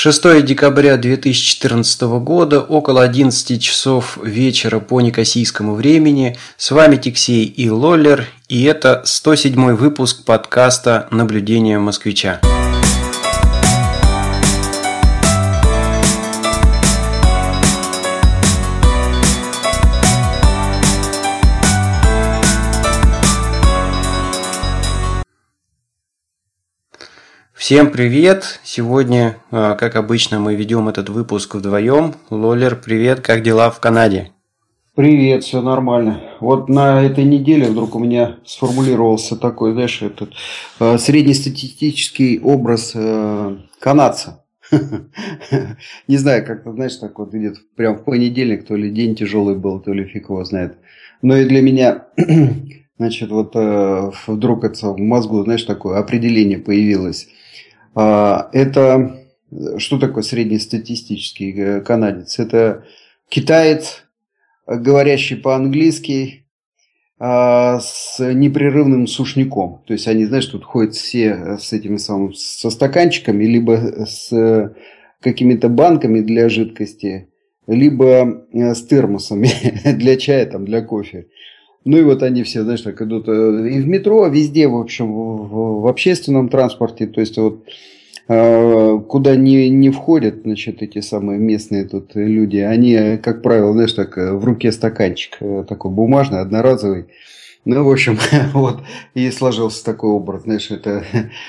6 декабря 2014 года, около 11 часов вечера по некосийскому времени. С вами Тиксей и Лоллер, и это 107 выпуск подкаста «Наблюдение москвича». Всем привет! Сегодня, как обычно, мы ведем этот выпуск вдвоем. Лоллер, привет, как дела в Канаде? Привет, все нормально. Вот на этой неделе вдруг у меня сформулировался такой, знаешь, этот среднестатистический образ канадца. Не знаю, как-то, знаешь, так вот идет прям в понедельник, то ли день тяжелый был, то ли фиг его знает. Но и для меня, значит, вот вдруг это в мозгу, знаешь, такое определение появилось. Это что такое среднестатистический канадец? Это китаец, говорящий по-английски, с непрерывным сушняком. То есть они, знаешь, тут ходят все с этими самыми, со стаканчиками, либо с какими-то банками для жидкости, либо с термосами для чая, там, для кофе. Ну и вот они все, знаешь, так идут и в метро, везде, в общем, в общественном транспорте, то есть вот куда не входят, значит, эти самые местные тут люди, они, как правило, знаешь, так в руке стаканчик такой бумажный, одноразовый. Ну, в общем, вот и сложился такой образ, знаешь, это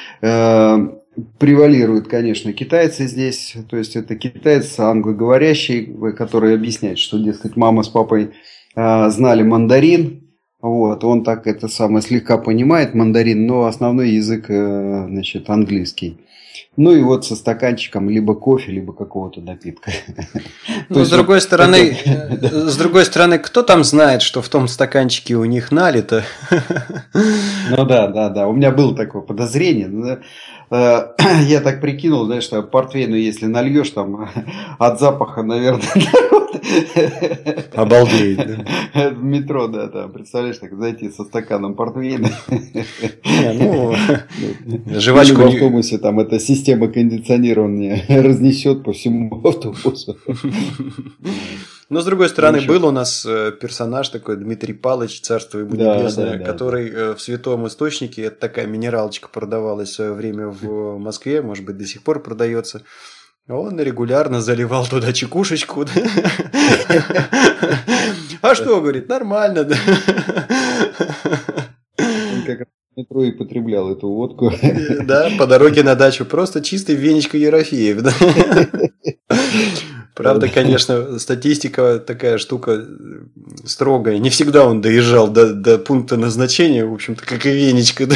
превалируют, конечно, китайцы здесь, то есть это китаец англоговорящий, который объясняет, что, дескать, мама с папой знали мандарин. Вот, он так это самое слегка понимает мандарин, но основной язык, значит, английский. Ну и вот со стаканчиком либо кофе, либо какого-то напитка. Ну, с другой стороны, кто там знает, что в том стаканчике у них налито? Ну да. У меня было такое подозрение. Я так прикинул, знаешь, что портвейну, если нальешь, там от запаха, наверное, обалдеть. Да? В метро, да, там, представляешь, так зайти со стаканом портвейна. Жвачку в автобусе, там эта система кондиционирования разнесет по всему автобусу. Но, с другой стороны, был у нас персонаж такой, Дмитрий Палыч, царство ему небесное, который в Святом Источнике, это такая минералочка продавалась в свое время в Москве, может быть, до сих пор продается. Он регулярно заливал туда чекушечку. А что, говорит, нормально. Он как раз в метро и потреблял эту водку. Да, по дороге на дачу. Просто чистый Венечка Ерофеев. Правда, конечно, статистика такая штука строгая. Не всегда он доезжал до пункта назначения, в общем-то, как и Венечка.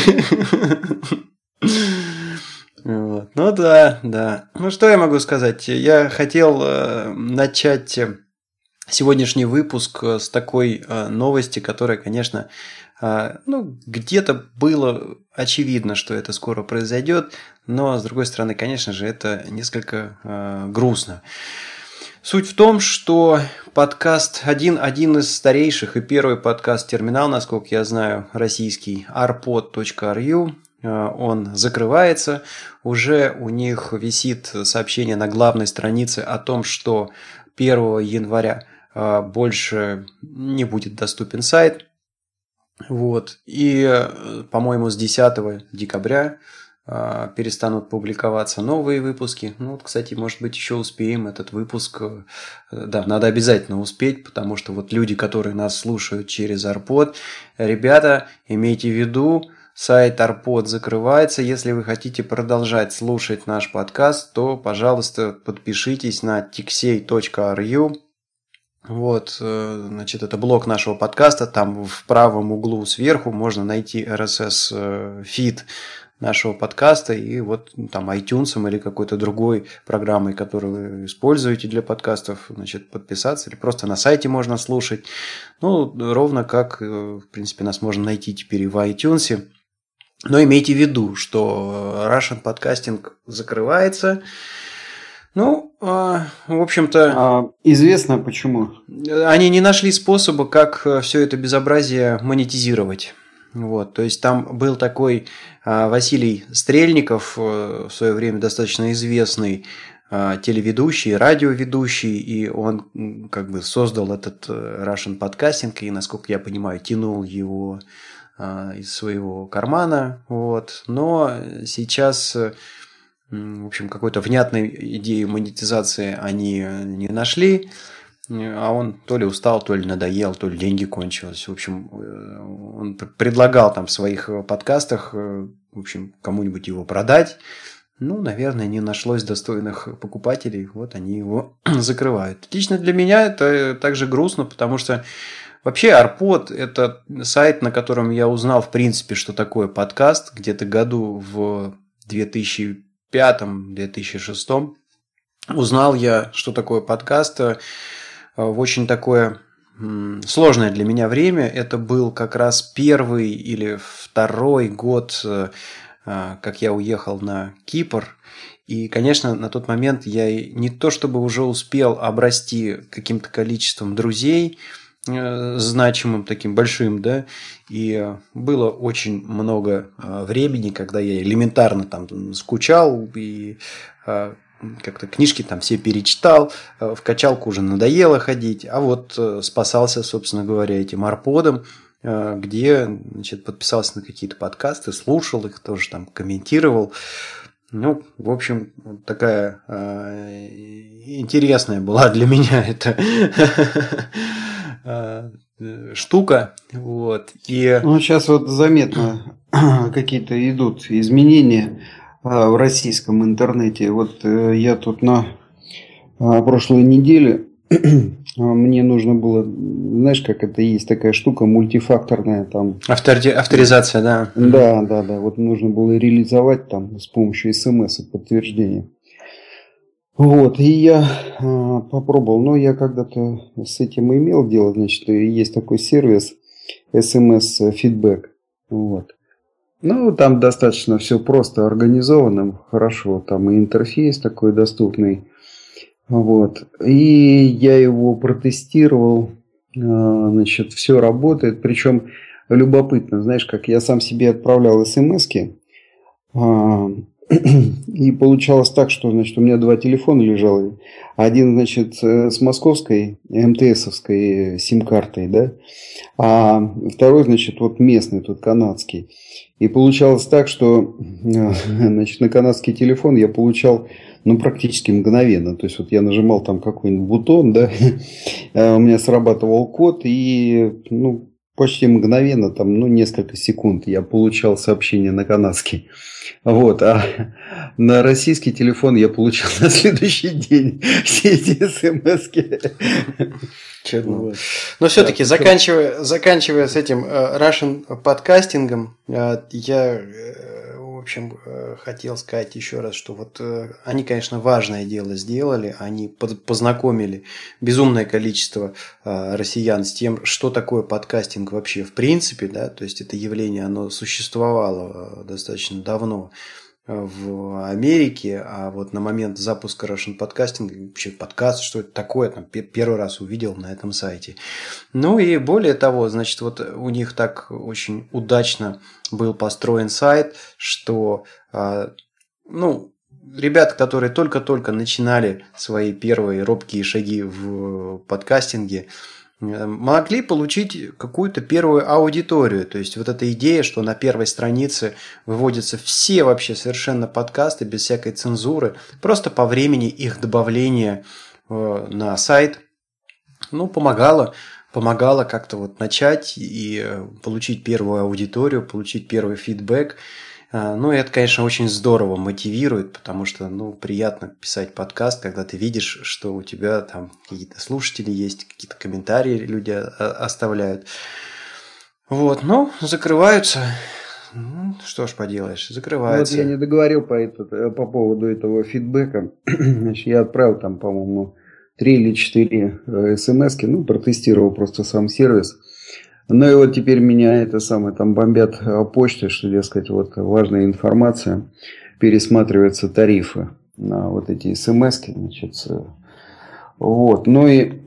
Вот. Ну да. Ну что я могу сказать? Я хотел начать сегодняшний выпуск с такой новости, которая, конечно, где-то было очевидно, что это скоро произойдет, но с другой стороны, конечно же, это несколько грустно. Суть в том, что подкаст, один из старейших и первый подкаст-терминал, насколько я знаю, российский, arpod.ru, он закрывается. Уже у них висит сообщение на главной странице о том, что 1 января больше не будет доступен сайт. Вот. И, по-моему, с 10 декабря перестанут публиковаться новые выпуски. Ну, вот, кстати, может быть, еще успеем этот выпуск. Да, надо обязательно успеть, потому что вот люди, которые нас слушают через Arpod, ребята, имейте в виду, сайт Arpod закрывается. Если вы хотите продолжать слушать наш подкаст, то, пожалуйста, подпишитесь на tixey.ru. Вот, значит, это блог нашего подкаста. Там в правом углу сверху можно найти RSS-фид нашего подкаста, и вот там iTunes или какой-то другой программой, которую вы используете для подкастов, значит, подписаться, или просто на сайте можно слушать. Ну, ровно как, в принципе, нас можно найти теперь и в iTunes. Но имейте в виду, что Russian Podcasting закрывается. Ну, в общем-то... Известно почему. Они не нашли способа, как все это безобразие монетизировать. Вот, то есть там был такой Василий Стрельников, в свое время достаточно известный телеведущий, радиоведущий, и он как бы создал этот Russian Podcasting, и, насколько я понимаю, тянул его из своего кармана. Вот. Но сейчас, в общем, какой-то внятной идеи монетизации они не нашли, а он то ли устал, то ли надоел, то ли деньги кончились. В общем, он предлагал там в своих подкастах, в общем, кому-нибудь его продать. Ну, наверное, не нашлось достойных покупателей, вот они его закрывают. Лично для меня это также грустно, потому что вообще Арпод – это сайт, на котором я узнал, в принципе, что такое подкаст, где-то году в 2005-2006. Узнал я, что такое подкаст в очень такое сложное для меня время. Это был как раз первый или второй год, как я уехал на Кипр. И, конечно, на тот момент я не то чтобы уже успел обрасти каким-то количеством друзей, значимым, таким большим, да, и было очень много времени, когда я элементарно там скучал и как-то книжки там все перечитал, в качалку уже надоело ходить, а вот спасался, собственно говоря, этим Арподом, где, значит, подписался на какие-то подкасты, слушал их, тоже там комментировал. Ну, в общем, такая интересная была для меня эта штука. Вот. И... Ну, сейчас вот заметно какие-то идут изменения в российском интернете. Вот я тут на прошлой неделе мне нужно было, знаешь, как это есть такая штука мультифакторная там. Авторизация, да. Да. Вот нужно было реализовать там с помощью СМС подтверждения. Вот, и я попробовал, но я когда-то с этим имел дело, значит, есть такой сервис SMS Feedback. Вот. Ну, там достаточно все просто организовано, хорошо, там и интерфейс такой доступный. Вот. И я его протестировал, значит, все работает. Причем любопытно, знаешь, как я сам себе отправлял смски, и получалось так, что, значит, у меня два телефона лежало. Один, значит, с московской МТСовской сим-картой, да, а второй, значит, вот местный, тут канадский. И получалось так, что, значит, на канадский телефон я получал, ну, практически мгновенно. То есть, вот я нажимал там какой-нибудь бутон, да, у меня срабатывал код, и, ну, почти мгновенно, там, ну, несколько секунд я получал сообщение на канадский. Вот, а на российский телефон я получил на следующий день все эти смски. Вот. Но все-таки, заканчивая с этим Russian подкастингом, я, в общем, хотел сказать еще раз, что вот они, конечно, важное дело сделали, они познакомили безумное количество россиян с тем, что такое подкастинг вообще в принципе, да, то есть это явление, оно существовало достаточно давно в Америке, а вот на момент запуска Russian Podcasting, вообще подкаст, что это такое, там, первый раз увидел на этом сайте. Ну и более того, значит, вот у них так очень удачно был построен сайт, что, ну, ребята, которые только-только начинали свои первые робкие шаги в подкастинге, могли получить какую-то первую аудиторию. То есть, вот эта идея, что на первой странице выводятся все вообще совершенно подкасты без всякой цензуры, просто по времени их добавления на сайт, ну, помогало как-то вот начать и получить первую аудиторию, получить первый фидбэк. Ну, и это, конечно, очень здорово мотивирует, потому что, ну, приятно писать подкаст, когда ты видишь, что у тебя там какие-то слушатели есть, какие-то комментарии люди оставляют. Вот, ну, закрываются. Ну, что ж поделаешь, закрываются. Вот я не договорил по поводу этого фидбэка. Значит, я отправил там, по-моему, 3 или 4 смски, ну, протестировал просто сам сервис. Ну и вот теперь меня это самое там бомбят почтой, что, дескать, вот важная информация, пересматриваются тарифы на вот эти смски, значит, вот. Ну и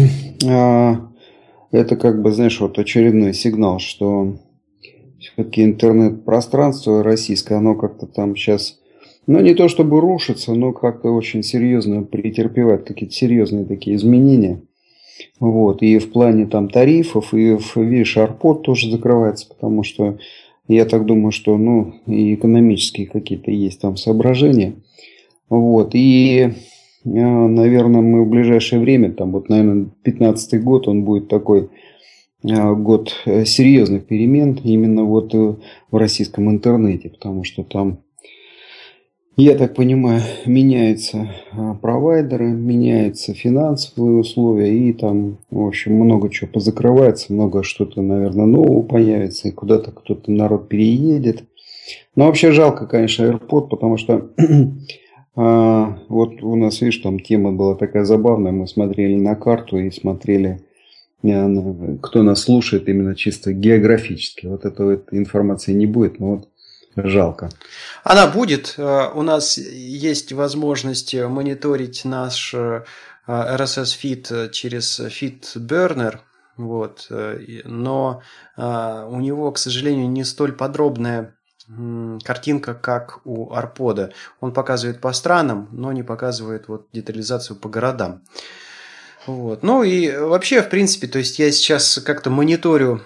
это как бы, знаешь, вот очередной сигнал, что все-таки интернет-пространство российское, оно как-то там сейчас Ну, не то чтобы рушится, но как-то очень серьезно претерпевает какие-то серьезные такие изменения. Вот. И в плане там тарифов, и видишь, Арпод тоже закрывается, потому что я так думаю, что ну, и экономические какие-то есть там соображения. Вот. И, наверное, мы в ближайшее время, там вот, наверное, 15-й год, он будет такой год серьезных перемен именно вот в российском интернете, потому что там, я так понимаю, меняются провайдеры, меняются финансовые условия, и там, в общем, много чего позакрывается, много что-то, наверное, нового появится, и куда-то кто-то народ переедет. Но вообще жалко, конечно, AirPod, потому что вот у нас, видишь, там тема была такая забавная, мы смотрели на карту и смотрели, кто нас слушает именно чисто географически. Вот этой вот информации не будет, но вот жалко. Она будет. У нас есть возможность мониторить наш RSS-фид через FeedBurner. Вот. Но у него, к сожалению, не столь подробная картинка, как у Арпода. Он показывает по странам, но не показывает вот детализацию по городам. Вот. Ну и вообще, в принципе, то есть я сейчас как-то мониторю,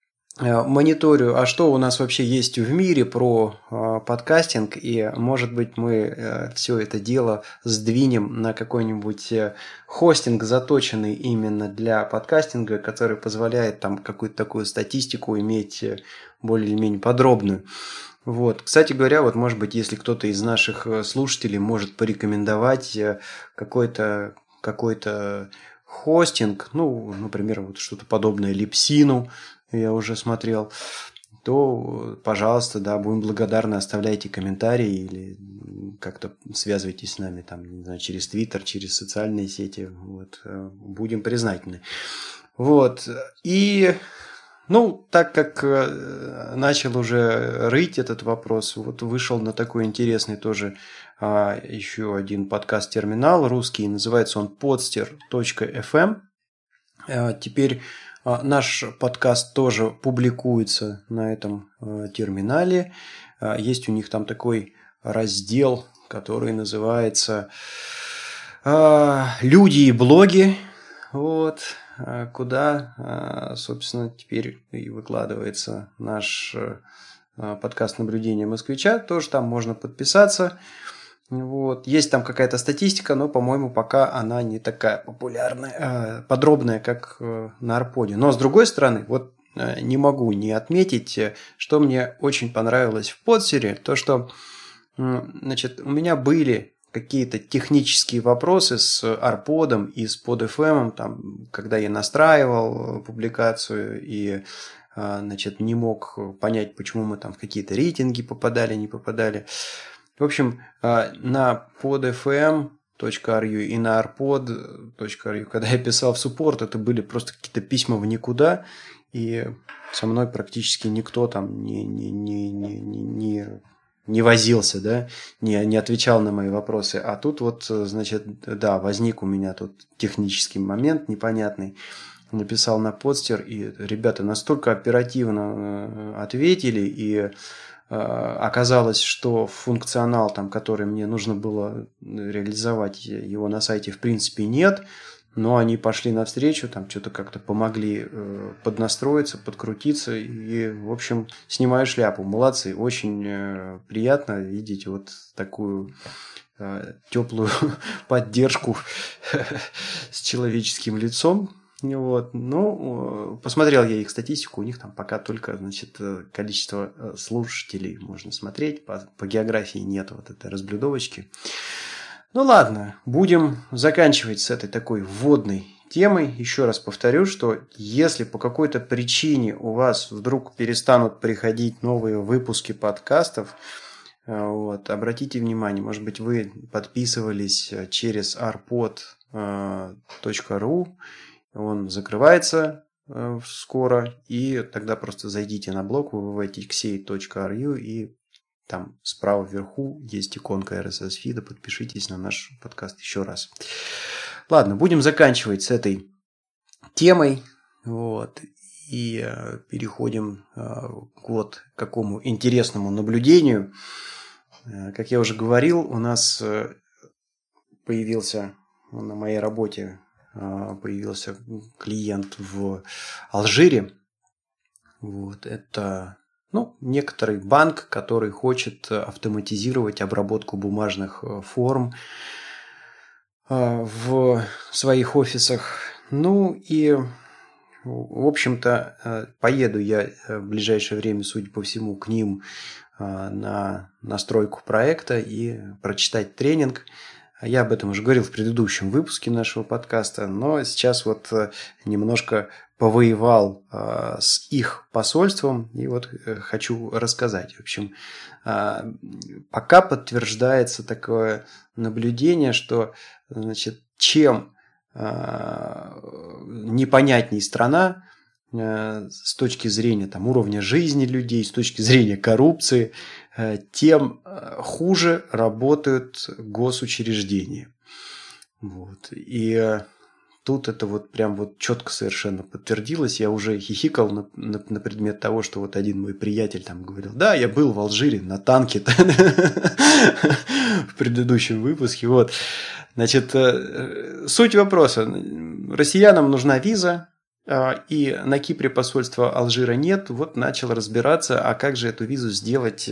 а что у нас вообще есть в мире про подкастинг, и, может быть, мы все это дело сдвинем на какой-нибудь хостинг, заточенный именно для подкастинга, который позволяет там какую-то такую статистику иметь более-менее подробную. Вот. Кстати говоря, вот, может быть, если кто-то из наших слушателей может порекомендовать какой-то хостинг, ну, например, вот что-то подобное Липсину, я уже смотрел, то, пожалуйста, да, будем благодарны, оставляйте комментарии или как-то связывайтесь с нами, там, не знаю, через Твиттер, через социальные сети, вот, будем признательны. Вот, и, ну, так как начал уже рыть этот вопрос, вот вышел на такой интересный тоже еще один подкаст-терминал русский, называется он podster.fm. Теперь наш подкаст тоже публикуется на этом терминале. Есть у них там такой раздел, который называется «Люди и блоги». Вот, куда, собственно, теперь и выкладывается наш подкаст «Наблюдение москвича». Тоже там можно подписаться. Вот. Есть там какая-то статистика, но, по-моему, пока она не такая популярная, подробная, как на Арподе. Но, с другой стороны, вот не могу не отметить, что мне очень понравилось в Подстере, то, что, значит, у меня были какие-то технические вопросы с Арподом и с PodFM, там, когда я настраивал публикацию и, значит, не мог понять, почему мы там в какие-то рейтинги попадали, не попадали. В общем, на podfm.ru и на arpod.ru, когда я писал в суппорт, это были просто какие-то письма в никуда, и со мной практически никто там не возился, да, не отвечал на мои вопросы. А тут вот, значит, да, возник у меня тут технический момент непонятный. Написал на подстер, и ребята настолько оперативно ответили, и оказалось, что функционал, там, который мне нужно было реализовать, его на сайте в принципе нет, но они пошли навстречу, там что-то как-то помогли поднастроиться, подкрутиться, и, в общем, снимаю шляпу. Молодцы, очень приятно видеть вот такую теплую поддержку с человеческим лицом. Вот. Ну, посмотрел я их статистику, у них там пока только, значит, количество слушателей можно смотреть, по географии нет вот этой разблюдовочки. Ну ладно, будем заканчивать с этой такой вводной темой. Еще раз повторю, что если по какой-то причине у вас вдруг перестанут приходить новые выпуски подкастов, вот, обратите внимание, может быть, вы подписывались через arpod.ru, он закрывается скоро, и тогда просто зайдите на блог www.tixey.ru, и там справа вверху есть иконка RSS-фида, подпишитесь на наш подкаст еще раз. Ладно, будем заканчивать с этой темой, вот, и переходим к вот какому интересному наблюдению. Как я уже говорил, у нас появился на моей работе появился клиент в Алжире. Вот, это некоторый банк, который хочет автоматизировать обработку бумажных форм в своих офисах. И, в общем-то, поеду я в ближайшее время, судя по всему, к ним на настройку проекта и прочитать тренинг. Я об этом уже говорил в предыдущем выпуске нашего подкаста, но сейчас вот немножко повоевал с их посольством и вот хочу рассказать. В общем, пока подтверждается такое наблюдение, что, значит, чем непонятней страна с точки зрения там, уровня жизни людей, с точки зрения коррупции, тем хуже работают госучреждения. Вот. И тут это вот прям вот четко совершенно подтвердилось. Я уже хихикал на предмет того, что вот один мой приятель там говорил: да, я был в Алжире на танке в предыдущем выпуске. Вот. Значит, суть вопроса. Россиянам нужна виза, и на Кипре посольства Алжира нет. Вот начал разбираться, а как же эту визу сделать,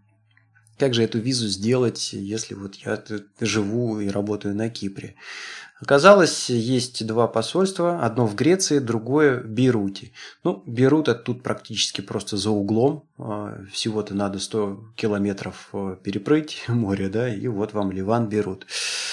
если вот я живу и работаю на Кипре. Оказалось, есть два посольства. Одно в Греции, другое в Бейруте. Бейрут это тут практически просто за углом. Всего-то надо 100 километров переплыть море, да, и вот вам Ливан, Бейрут.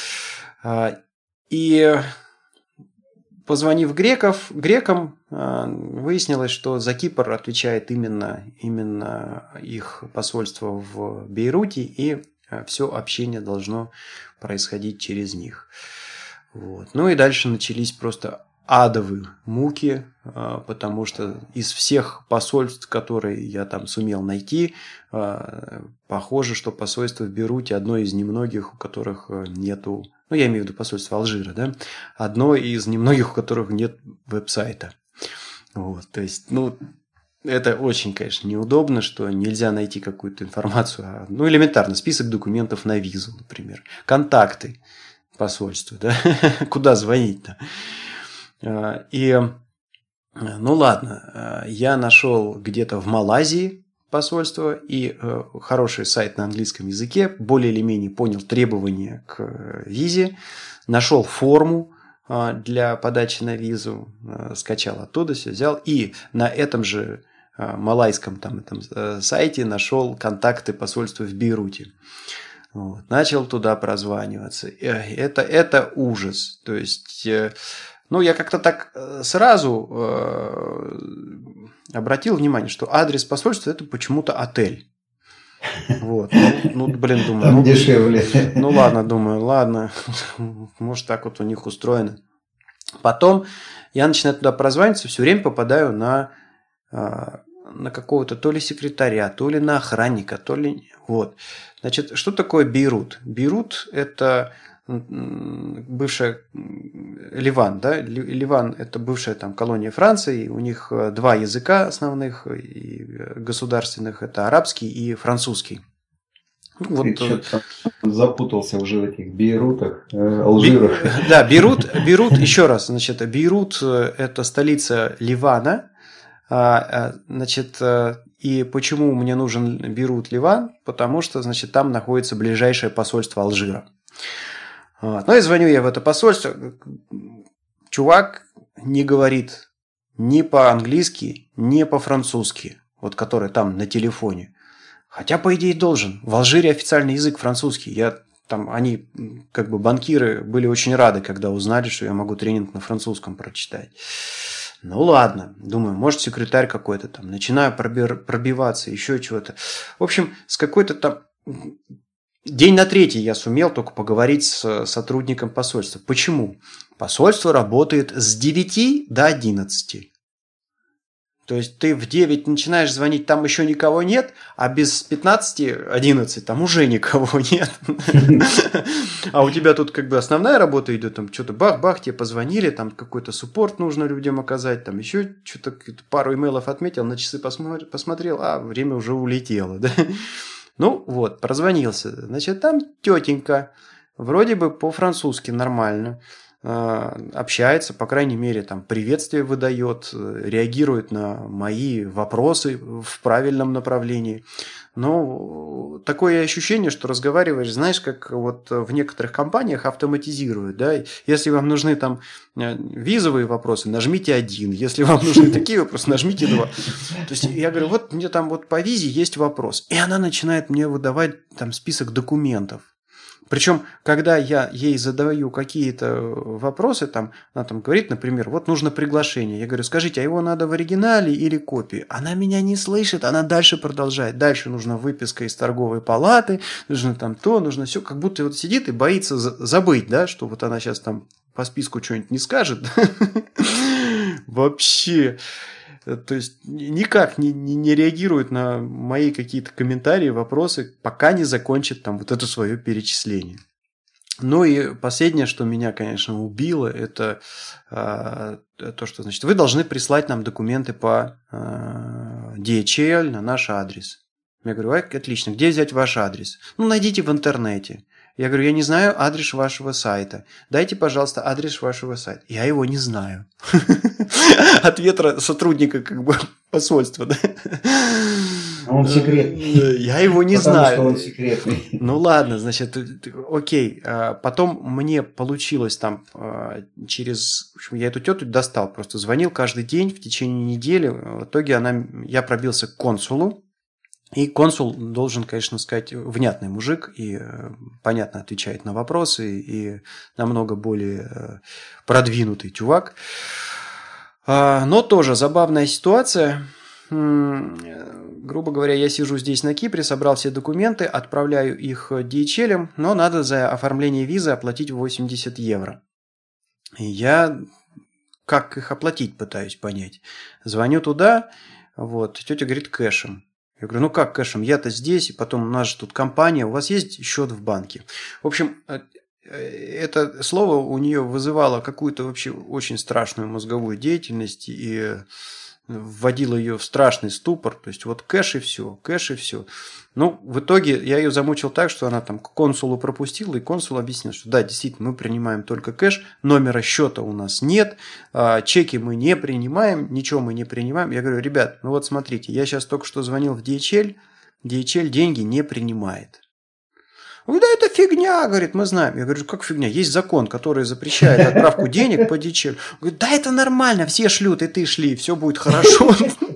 И позвонив грекам, выяснилось, что за Кипр отвечает именно их посольство в Бейруте, и все общение должно происходить через них. Вот. И дальше начались просто адовые муки, потому что из всех посольств, которые я там сумел найти, похоже, что посольство в Бейруте одно из немногих, у которых нету, я имею в виду посольство Алжира, да, одно из немногих, у которых нет веб-сайта. Вот, то есть, это очень, конечно, неудобно, что нельзя найти какую-то информацию, элементарно, список документов на визу, например, контакты посольства, да, куда звонить-то. И, ладно, я нашел где-то в Малайзии посольство и хороший сайт на английском языке, более или менее понял требования к визе, нашел форму для подачи на визу, скачал оттуда, все взял, и на этом же малайском этом сайте нашел контакты посольства в Бейруте. Вот. Начал туда прозваниваться. Это ужас. То есть, я как-то так сразу обратил внимание, что адрес посольства это почему-то отель. Вот. Думаю. Там дешевле. Ладно. Может, так вот у них устроено. Потом я начинаю туда прозваниваться, все время попадаю на какого-то то ли секретаря, то ли на охранника, то ли... Вот. Значит, что такое Бейрут? Бейрут – это бывшая Ливан, да? Ливан – это бывшая там колония Франции. У них два языка основных и государственных – это арабский и французский. Запутался уже в этих Бейрутах, Алжирах. Да, Бейрут, еще раз, значит, Бейрут – это столица Ливана. Значит, и почему мне нужен Бейрут, Ливан? Потому что, значит, там находится ближайшее посольство Алжира. И звоню я в это посольство. Чувак не говорит ни по-английски, ни по-французски, вот который там на телефоне. Хотя, по идее, должен. В Алжире официальный язык французский. Они, банкиры, были очень рады, когда узнали, что я могу тренинг на французском прочитать. Ладно, думаю, может, секретарь какой-то там. Начинаю пробиваться, еще чего-то. В общем, с какой-то там... День на третий я сумел только поговорить с сотрудником посольства. Почему? Посольство работает с 9 до 11. То есть, ты в 9 начинаешь звонить, там еще никого нет, а без 15-11 там уже никого нет. А у тебя тут основная работа идет, там что-то бах-бах, тебе позвонили, там какой-то суппорт нужно людям оказать, там еще что-то, пару имейлов отметил, на часы посмотрел, а время уже улетело, да? Ну вот, прозвонился. Значит, там тетенька, вроде бы по-французски нормально, общается, по крайней мере, там приветствие выдает, реагирует на мои вопросы в правильном направлении. Но такое ощущение, что разговариваешь, знаешь, как вот в некоторых компаниях автоматизируют, да, если вам нужны там визовые вопросы, нажмите 1, если вам нужны такие вопросы, нажмите 2. То есть я говорю, вот мне там вот по визе есть вопрос, и она начинает мне выдавать там список документов. Причем, когда я ей задаю какие-то вопросы, там, она там говорит, например, вот нужно приглашение. Я говорю, скажите, а его надо в оригинале или копии? Она меня не слышит, она дальше продолжает. Дальше нужна выписка из торговой палаты, нужно там то, нужно все. Как будто вот сидит и боится забыть, да, что вот она сейчас там по списку что-нибудь не скажет. Вообще... То есть никак не реагирует на мои какие-то комментарии, вопросы, пока не закончит там вот это свое перечисление. Ну и последнее, что меня, конечно, убило, это то, что, значит, вы должны прислать нам документы по DHL на наш адрес. Я говорю, отлично, где взять ваш адрес? Ну, найдите в интернете. Я говорю, я не знаю адрес вашего сайта. Дайте, пожалуйста, адрес вашего сайта. Я его не знаю. Ответ сотрудника как бы посольства, да? Он секретный. Я его не знаю. Потому что он секретный. Ну ладно, значит, окей. Потом мне получилось там через... В общем, я эту тету достал, просто звонил каждый день в течение недели. В итоге я пробился к консулу. И консул должен, конечно, сказать, внятный мужик и понятно отвечает на вопросы, и намного более продвинутый чувак. Но тоже забавная ситуация. Грубо говоря, я сижу здесь на Кипре, собрал все документы, отправляю их DHL, но надо за оформление визы оплатить 80 евро. И я как их оплатить пытаюсь понять. Звоню туда, вот, тетя говорит кэшем. Я говорю, ну как кэшем, я-то здесь, и потом у нас же тут компания, у вас есть счет в банке? В общем, это слово у нее вызывало какую-то вообще очень страшную мозговую деятельность и вводило ее в страшный ступор. То есть вот кэш и все, кэш и все. Ну, в итоге я ее замучил так, что она там к консулу пропустила, и консул объяснил, что да, действительно, мы принимаем только кэш, номера счета у нас нет, чеки мы не принимаем, ничего мы не принимаем. Я говорю, ребят, ну вот смотрите, я сейчас только что звонил в DHL, DHL деньги не принимает. Он говорит, да это фигня, говорит, мы знаем. Я говорю, как фигня? Есть закон, который запрещает отправку денег по DHL. Он говорит, да это нормально, все шлют, и ты шли, все будет хорошо.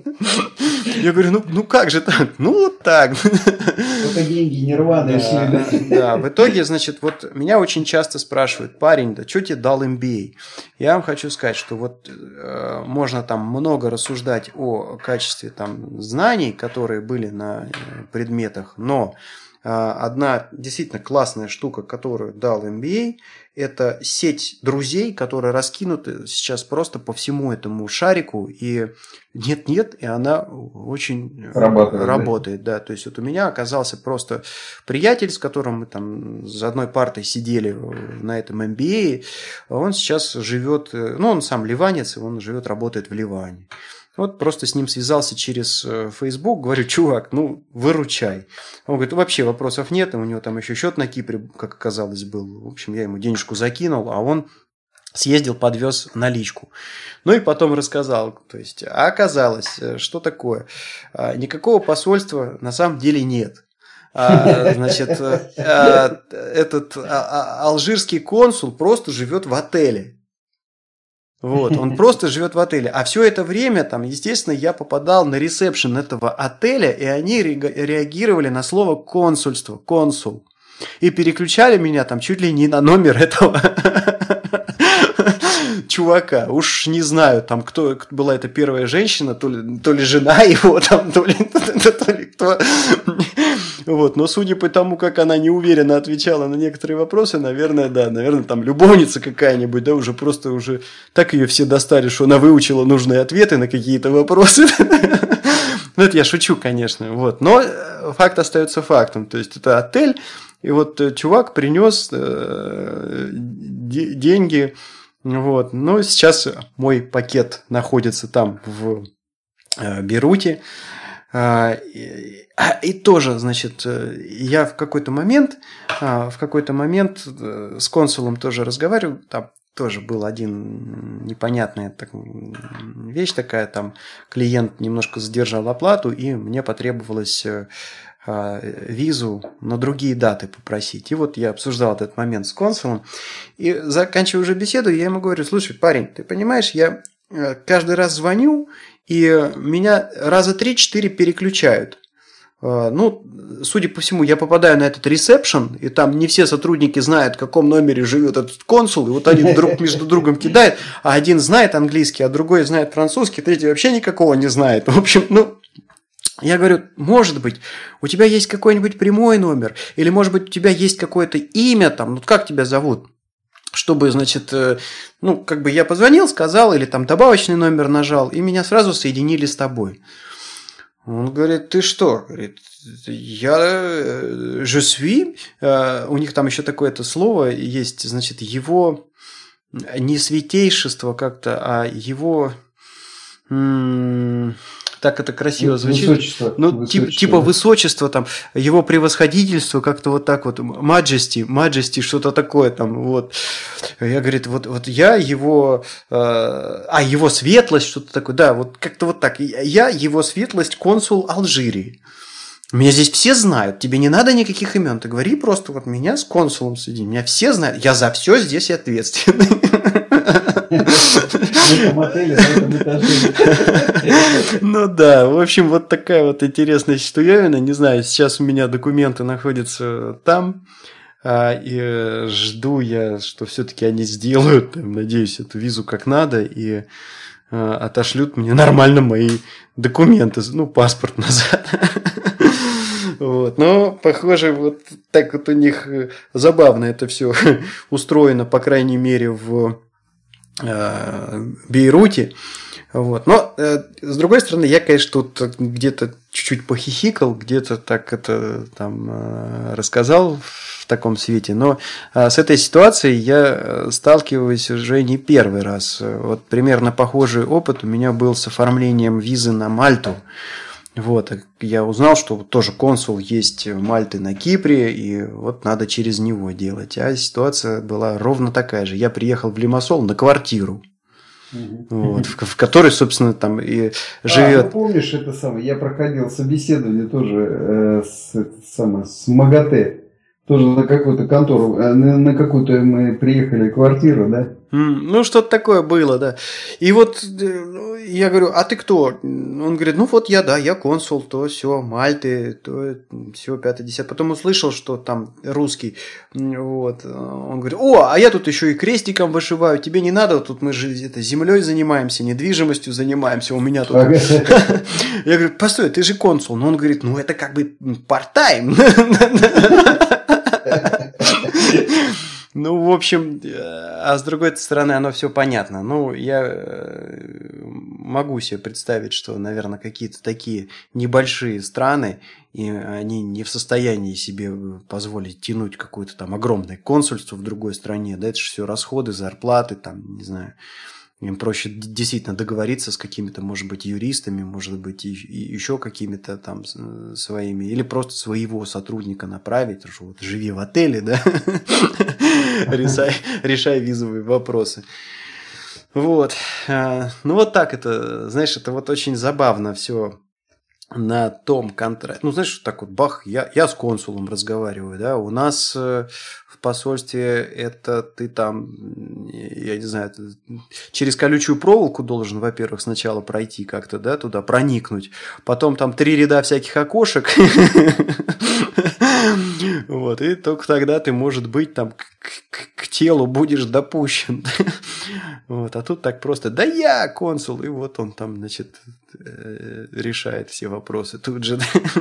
Я говорю, ну как же так? Ну вот так. Только деньги не рваные шли. Да, в итоге, значит, вот меня очень часто спрашивают, парень, да что тебе дал MBA? Я вам хочу сказать, что вот можно там много рассуждать о качестве там знаний, которые были на предметах, но одна действительно классная штука, которую дал MBA, это сеть друзей, которые раскинуты сейчас просто по всему этому шарику, и нет-нет, и она очень работает. Да. То есть вот у меня оказался просто приятель, с которым мы там за одной партой сидели на этом MBA, он сейчас живет, ну он сам ливанец, и он живет, работает в Ливане. Вот просто с ним связался через Facebook, говорю, чувак, ну, выручай. Он говорит, вообще вопросов нет, у него там еще счет на Кипре, как оказалось, был. В общем, я ему денежку закинул, а он съездил, подвез наличку. Ну и потом рассказал, то есть, а оказалось, что такое? Никакого посольства на самом деле нет. Значит, этот алжирский консул просто живет в отеле. Вот, он просто живет в отеле. А все это время, там, естественно, я попадал на ресепшн этого отеля, и они реагировали на слово консульство, консул. И переключали меня там чуть ли не на номер этого чувака. Уж не знаю, там, кто была эта первая женщина, то ли жена его, там, то ли кто. Вот, но судя по тому, как она неуверенно отвечала на некоторые вопросы, наверное, да, наверное, там любовница какая-нибудь, да, уже так ее все достали, что она выучила нужные ответы на какие-то вопросы. Ну, это я шучу, конечно, вот, но факт остается фактом, то есть это отель, и вот чувак принес деньги, вот, но сейчас мой пакет находится там в Бейруте. И тоже, значит, я в какой-то момент с консулом тоже разговаривал, там тоже был один непонятная вещь такая, там клиент немножко задержал оплату, и мне потребовалось визу на другие даты попросить. И вот я обсуждал этот момент с консулом, и заканчивая уже беседу, я ему говорю: слушай, парень, ты понимаешь, я каждый раз звоню, и меня раза 3-4 переключают. Ну, судя по всему, я попадаю на этот ресепшн, и там не все сотрудники знают, в каком номере живет этот консул, и вот они друг между другом кидают, а один знает английский, а другой знает французский, третий вообще никакого не знает. В общем, я говорю, может быть, у тебя есть какой-нибудь прямой номер, или, может быть, у тебя есть какое-то имя там, как тебя зовут? Чтобы, значит, я позвонил, сказал, или там добавочный номер нажал, и меня сразу соединили с тобой. Он говорит, ты что? Говорит, je suis. У них там еще такое-то слово есть, значит, его не святейшество как-то, а его... Так это красиво звучит. Высочество. Типа высочество, там, его превосходительство, как-то вот так вот, majesty, что-то такое там, вот. Я, говорит, вот я его, его светлость, что-то такое, да, вот как-то вот так. Я его светлость, консул Алжирии. Меня здесь все знают, тебе не надо никаких имен, ты говори просто вот меня с консулом соедини, меня все знают, я за все здесь ответственный. В этом отеле, на этом этаже. Ну да, в общем, вот такая вот интересная штуковина. Не знаю, сейчас у меня документы находятся там, и жду я, что все-таки они сделают, надеюсь, эту визу как надо, и отошлют мне нормально мои документы, паспорт назад. Вот. Но, похоже, вот так вот у них забавно это все устроено, по крайней мере, в Бейруте. Вот. Но, с другой стороны, я, конечно, тут где-то чуть-чуть похихикал, где-то так это там рассказал в таком свете. Но с этой ситуацией я сталкиваюсь уже не первый раз. Вот примерно похожий опыт у меня был с оформлением визы на Мальту. Вот, я узнал, что тоже консул есть Мальты на Кипре, и вот надо через него делать. А ситуация была ровно такая же. Я приехал в Лимассол на квартиру, вот, в которой, собственно, там и живет. Помнишь это самое? Я проходил собеседование тоже с МАГАТЭ. Тоже на какую-то контору, на какую-то мы приехали квартиру, да? Что-то такое было, да. И вот я говорю, а ты кто? Он говорит, я консул, то все, Мальты, то все, 5-10. Потом услышал, что там русский. Вот. Он говорит, а я тут еще и крестиком вышиваю, тебе не надо, тут мы же землей занимаемся, недвижимостью занимаемся, у меня тут... Я говорю, постой, ты же консул. Но он говорит, это как бы part-time. В общем, а с другой стороны, оно все понятно. Я могу себе представить, что, наверное, какие-то такие небольшие страны, и они не в состоянии себе позволить тянуть какое-то там огромное консульство в другой стране. Да, это же все расходы, зарплаты, там, не знаю. Им проще действительно договориться с какими-то, может быть, юристами, может быть, и еще какими-то там своими, или просто своего сотрудника направить, что вот живи в отеле, да, решай визовые вопросы. Вот. Вот так это, знаешь, это вот очень забавно все на том контракте. Знаешь, так вот, бах, я с консулом разговариваю, да, у нас в посольстве это ты там, я не знаю, через колючую проволоку должен, во-первых, сначала пройти как-то, да, туда проникнуть, потом там 3 ряда всяких окошек, вот, и только тогда ты, может быть, там к телу будешь допущен. Вот, а тут так просто, да я консул, и вот он там, значит, решает все вопросы тут же.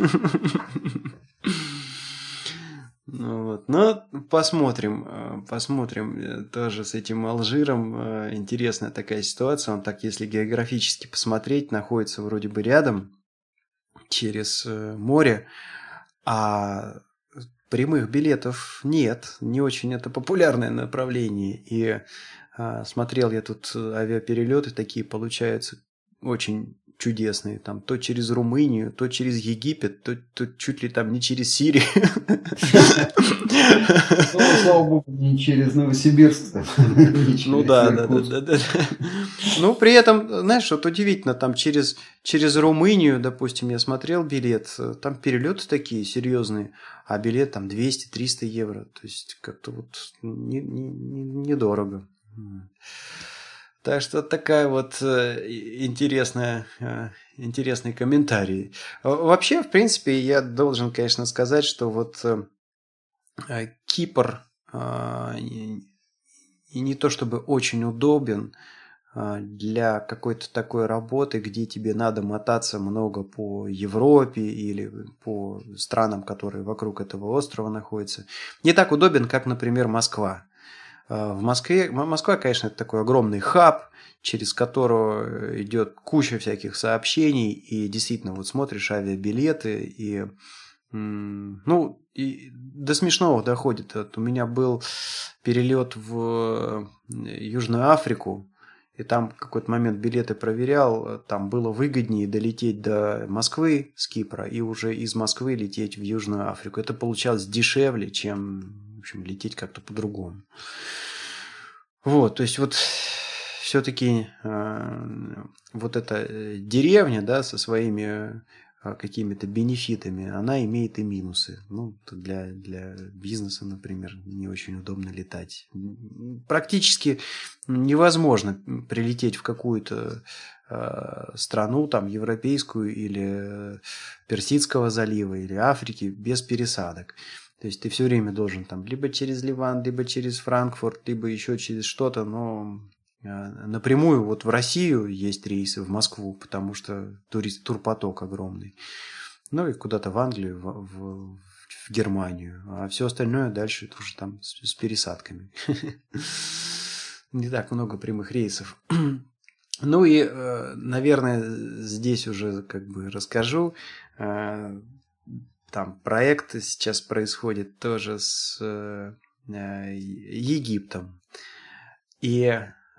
Посмотрим тоже с этим Алжиром. Интересная такая ситуация. Он так, если географически посмотреть, находится вроде бы рядом, через море, а прямых билетов нет. Не очень это популярное направление. И смотрел я тут авиаперелеты такие, получаются очень чудесные. Там то через Румынию, то через Египет, то чуть ли там не через Сирию. Слава богу, не через Новосибирск. Ну да. Ну, при этом, знаешь, вот удивительно, там через Румынию, допустим, я смотрел билет, там перелеты такие серьезные, а билет там 200-300 евро. То есть как-то вот недорого. Так что такая вот интересный комментарий. Вообще, в принципе, я должен, конечно, сказать, что вот Кипр и не то чтобы очень удобен для какой-то такой работы, где тебе надо мотаться много по Европе или по странам, которые вокруг этого острова находятся. Не так удобен, как, например, Москва. Москва, конечно, это такой огромный хаб, через которого идет куча всяких сообщений, и действительно вот смотришь авиабилеты, и до смешного доходит. Вот у меня был перелет в Южную Африку, и там в какой-то момент билеты проверял, там было выгоднее долететь до Москвы с Кипра и уже из Москвы лететь в Южную Африку. Это получалось дешевле, чем, в общем, лететь как-то по-другому. Вот, то есть вот все-таки вот эта деревня, да, со своими какими-то бенефитами, она имеет и минусы. Ну, для бизнеса, например, не очень удобно летать. Практически невозможно прилететь в какую-то страну, там, европейскую или Персидского залива, или Африки без пересадок. То есть ты все время должен там либо через Ливан, либо через Франкфурт, либо еще через что-то, но напрямую вот в Россию есть рейсы, в Москву, потому что турпоток огромный. Ну и куда-то в Англию, в Германию. А все остальное дальше это уже там с пересадками. Не так много прямых рейсов. Ну и, наверное, здесь уже как бы расскажу. Там проект сейчас происходит тоже с Египтом. И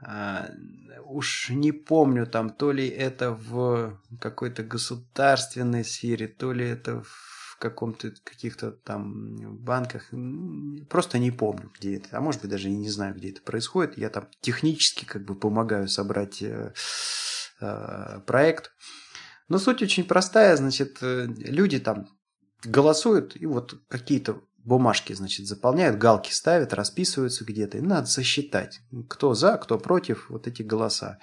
уж не помню, там то ли это в какой-то государственной сфере, то ли это в каких-то там банках. Просто не помню, где это. А может быть, даже и не знаю, где это происходит. Я там технически как бы помогаю собрать проект. Но суть очень простая. Значит, люди там голосуют и вот какие-то бумажки, значит, заполняют, галки ставят, расписываются где-то. И надо сосчитать, кто за, кто против вот эти голоса.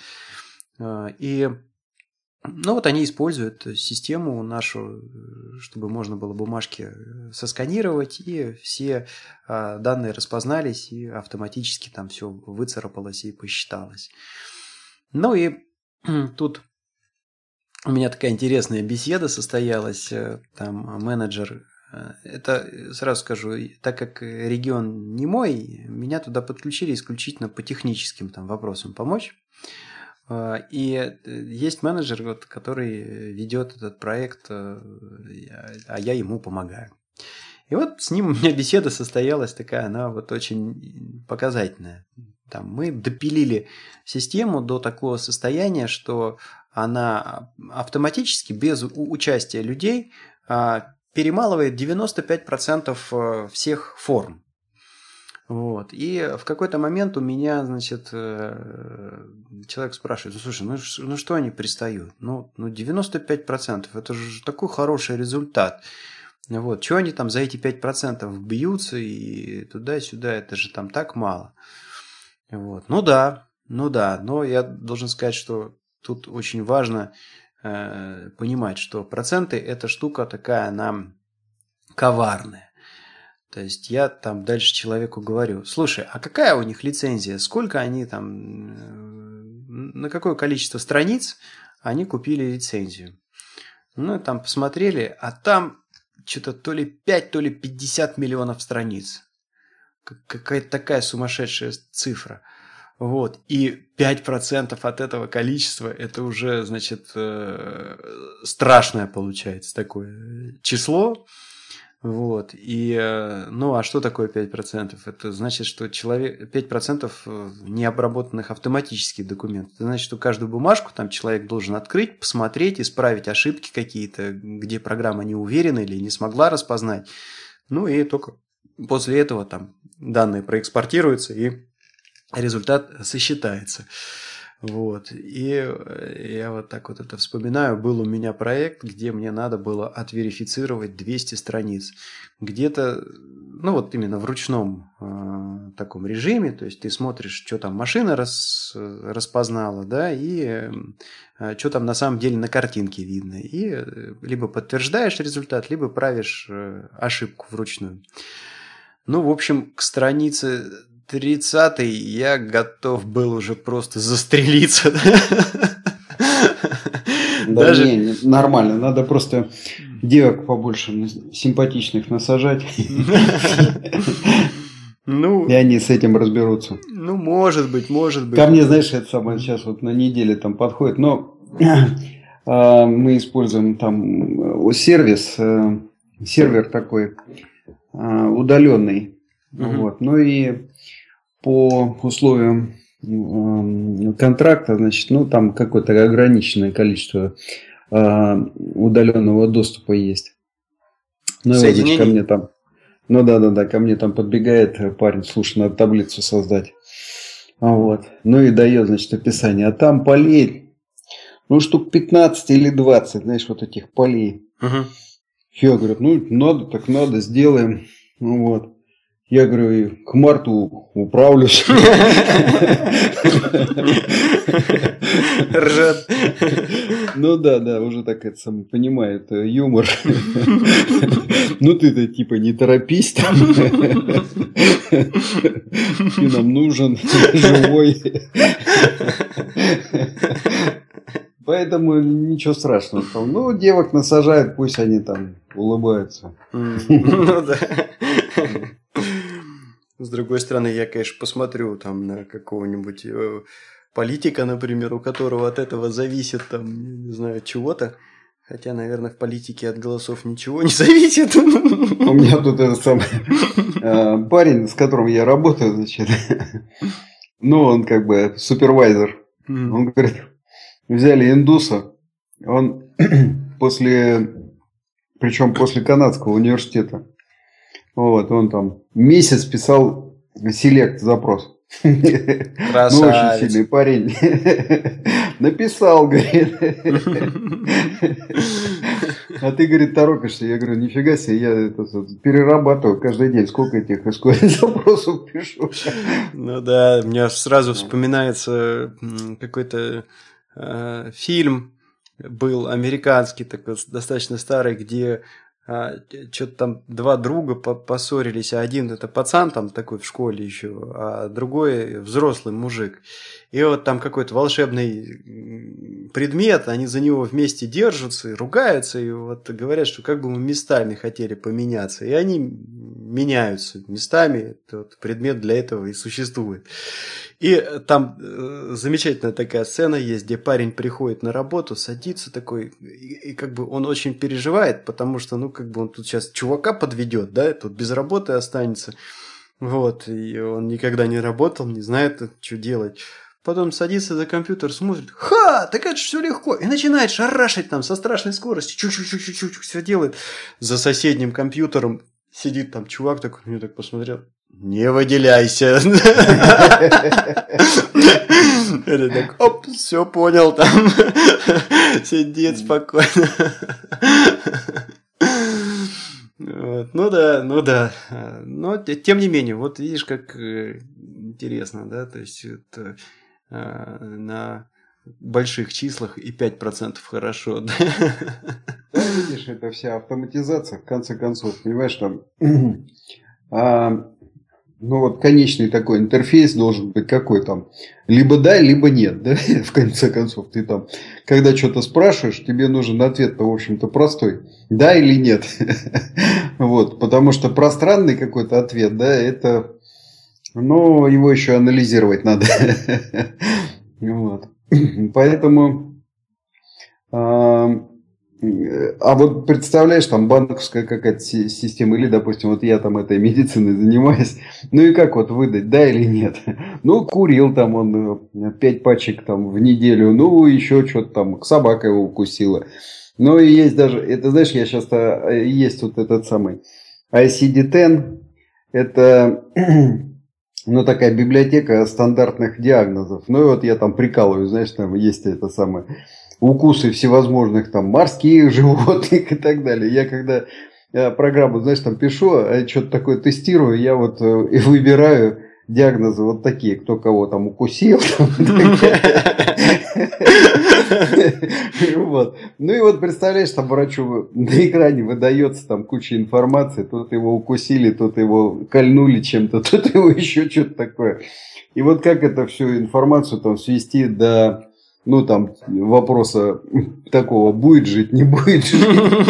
И ну вот они используют систему нашу, чтобы можно было бумажки сосканировать, и все данные распознались, и автоматически там все выцарапалось и посчиталось. Ну и тут у меня такая интересная беседа состоялась, там менеджер. Это, сразу скажу, так как регион не меня туда подключили исключительно по техническим там вопросам помочь. И есть менеджер, вот, который ведет этот проект, а я ему помогаю. И вот с ним у меня беседа состоялась такая, она вот очень показательная. Там мы допилили систему до такого состояния, что она автоматически, без участия людей, перемалывает 95% всех форм. Вот. И в какой-то момент у меня, значит, человек спрашивает: слушай, ну что они пристают? Ну 95%, это же такой хороший результат. Вот. Чего они там за эти 5% бьются и туда-сюда, это же там так мало. Вот. Ну да, но я должен сказать, что тут очень важно понимать, что проценты – это штука такая, она коварная. То есть я там дальше человеку говорю: слушай, а какая у них лицензия? Сколько они там, на какое количество страниц они купили лицензию? Ну, там посмотрели, а там что-то то ли 5, то ли 50 миллионов страниц. Какая-то такая сумасшедшая цифра. Вот. И 5% от этого количества – это уже, значит, страшное получается такое число. Вот. И, ну, а что такое 5%? Это значит, что 5% необработанных автоматических документов. Это значит, что каждую бумажку там человек должен открыть, посмотреть, исправить ошибки какие-то, где программа не уверена или не смогла распознать. Ну, и только после этого там данные проэкспортируются, и результат сосчитается. Вот. И я вот так вот это вспоминаю. Был у меня проект, где мне надо было отверифицировать 200 страниц. Где-то, ну вот именно в ручном таком режиме, то есть ты смотришь, что там машина распознала, да, и что там на самом деле на картинке видно. И либо подтверждаешь результат, либо правишь ошибку вручную. Ну, в общем, к странице 30-й я готов был уже просто застрелиться. Да, даже... не, нормально. Надо просто девок побольше симпатичных насажать. Ну, и они с этим разберутся. Ну, может быть. Ко мне, знаешь, это самое сейчас вот на неделе там подходит. Но мы используем там сервер такой удаленный. Вот. Ну и по условиям контракта, значит, ну там какое-то ограниченное количество удаленного доступа есть. Ну и вот, значит, ко мне там, ну да, ко мне там подбегает парень, слушай, надо таблицу создать. Вот. Ну и дает, значит, описание. А там полей, ну штук 15 или 20, знаешь, вот этих полей. Я говорю, ну надо, так надо, сделаем. Ну вот. Я говорю, к марту управлюсь. Ржет. Ну да, уже так это сам понимает юмор. Ну ты-то типа не торопись там. Ты нам нужен живой. Поэтому ничего страшного. Ну, девок насажают, пусть они там улыбаются. Ну да. С другой стороны, я, конечно, посмотрю там на какого-нибудь политика, например, у которого от этого зависит там, не знаю, чего-то. Хотя, наверное, в политике от голосов ничего не зависит. У меня тут этот самый парень, с которым я работаю, значит, ну, он как бы супервайзер. Он говорит, взяли индуса, он причем после канадского университета, вот, он там месяц писал селект-запрос. Красавец. Ну, очень сильный парень. Написал, говорит. А ты, говорит, торопишься. Я говорю, нифига себе, я перерабатываю каждый день. Сколько этих запросов пишу. Ну да, у меня сразу вспоминается какой-то фильм был американский, такой достаточно старый, где что-то там два друга поссорились, а один это пацан там такой в школе еще, а другой взрослый мужик. И вот там какой-то волшебный предмет, они за него вместе держатся и ругаются, и вот говорят, что как бы мы местами хотели поменяться. И они меняются местами, этот предмет для этого и существует. И там замечательная такая сцена есть, где парень приходит на работу, садится такой, и как бы он очень переживает, потому что, ну, как бы он тут сейчас чувака подведет, да, тут без работы останется. Вот, и он никогда не работал, не знает, что делать. Потом садится за компьютер, смотрит, ха, так это же все легко. И начинает шарашить там со страшной скоростью, чуть-чуть, все делает. За соседним компьютером сидит там чувак такой, мне так посмотрел. Не выделяйся. Это так, оп, все понял там. Сидит спокойно. Ну да. Но тем не менее, вот видишь, как интересно, да, то есть это, на больших числах и 5% хорошо. Да, видишь, это вся автоматизация, в конце концов, понимаешь, там... Ну вот конечный такой интерфейс должен быть какой там. Либо да, либо нет. Да? В конце концов, ты там, когда что-то спрашиваешь, тебе нужен ответ-то, в общем-то, простой. Да или нет. Вот, потому что пространный какой-то ответ, да, это, ну, его еще анализировать надо. Вот. Поэтому А вот представляешь, там банковская какая-то система, или, допустим, вот я там этой медициной занимаюсь, ну и как вот выдать, да или нет? Ну, курил там он 5 пачек там в неделю, ну, еще что-то там, собака его укусила. Ну, и есть даже, это знаешь, я сейчас есть вот этот самый ICD-10, это, ну, такая библиотека стандартных диагнозов. Ну, и вот я там прикалываю, знаешь, там есть это самое, укусы всевозможных там морских животных и так далее. Я когда программу, знаешь, там пишу, что-то такое тестирую, я вот и выбираю диагнозы вот такие, кто кого там укусил. Ну и вот представляешь, там врачу на экране выдается там куча информации, тут его укусили, тут его кольнули чем-то, тут его еще что-то такое. И вот как это всю информацию там свести до, ну там вопроса такого, будет жить, не будет жить.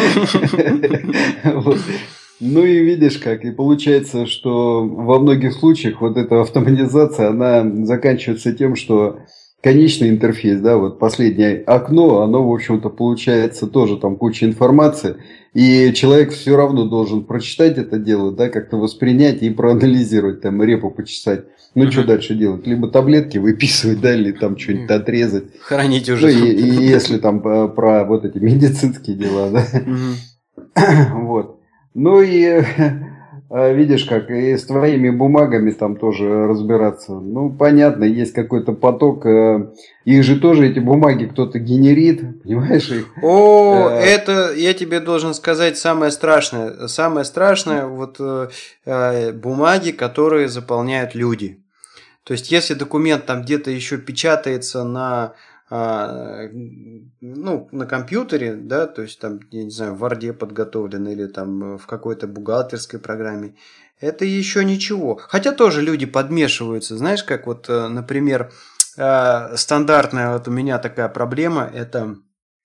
Ну и видишь как, и получается, что во многих случаях вот эта автоматизация, она заканчивается тем, что конечный интерфейс, да, вот последнее окно, оно, в общем-то, получается тоже там куча информации, и человек все равно должен прочитать это дело, да, как-то воспринять и проанализировать, там, репу почесать. Ну, что дальше делать? Либо таблетки выписывать, да, или там что-нибудь отрезать. Хранить уже. Ну, и если там про вот эти медицинские дела, да. Вот. Ну и видишь как, и с твоими бумагами там тоже разбираться. Ну, понятно, есть какой-то поток. Их же тоже, эти бумаги, кто-то генерит, понимаешь их? Это, я тебе должен сказать, самое страшное. Самое страшное, вот бумаги, которые заполняют люди. То есть, если документ там где-то еще печатается на компьютере, да, то есть там, я не знаю, в Word подготовлен или там в какой-то бухгалтерской программе, это еще ничего. Хотя тоже люди подмешиваются, знаешь, как вот, например, стандартная вот у меня такая проблема, это,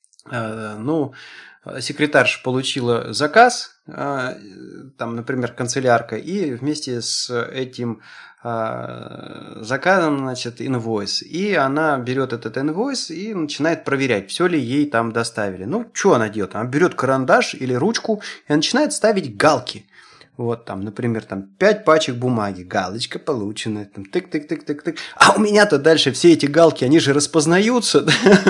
секретарша получила заказ, там, например, канцелярка, и вместе с этим заказом, значит, инвойс. И она берет этот инвойс и начинает проверять, все ли ей там доставили. Ну, что она делает? Она берет карандаш или ручку и начинает ставить галки. Вот там, например, там 5 пачек бумаги, галочка получена, там тык-тык-тык-тык-тык. А у меня-то дальше все эти галки, они же распознаются.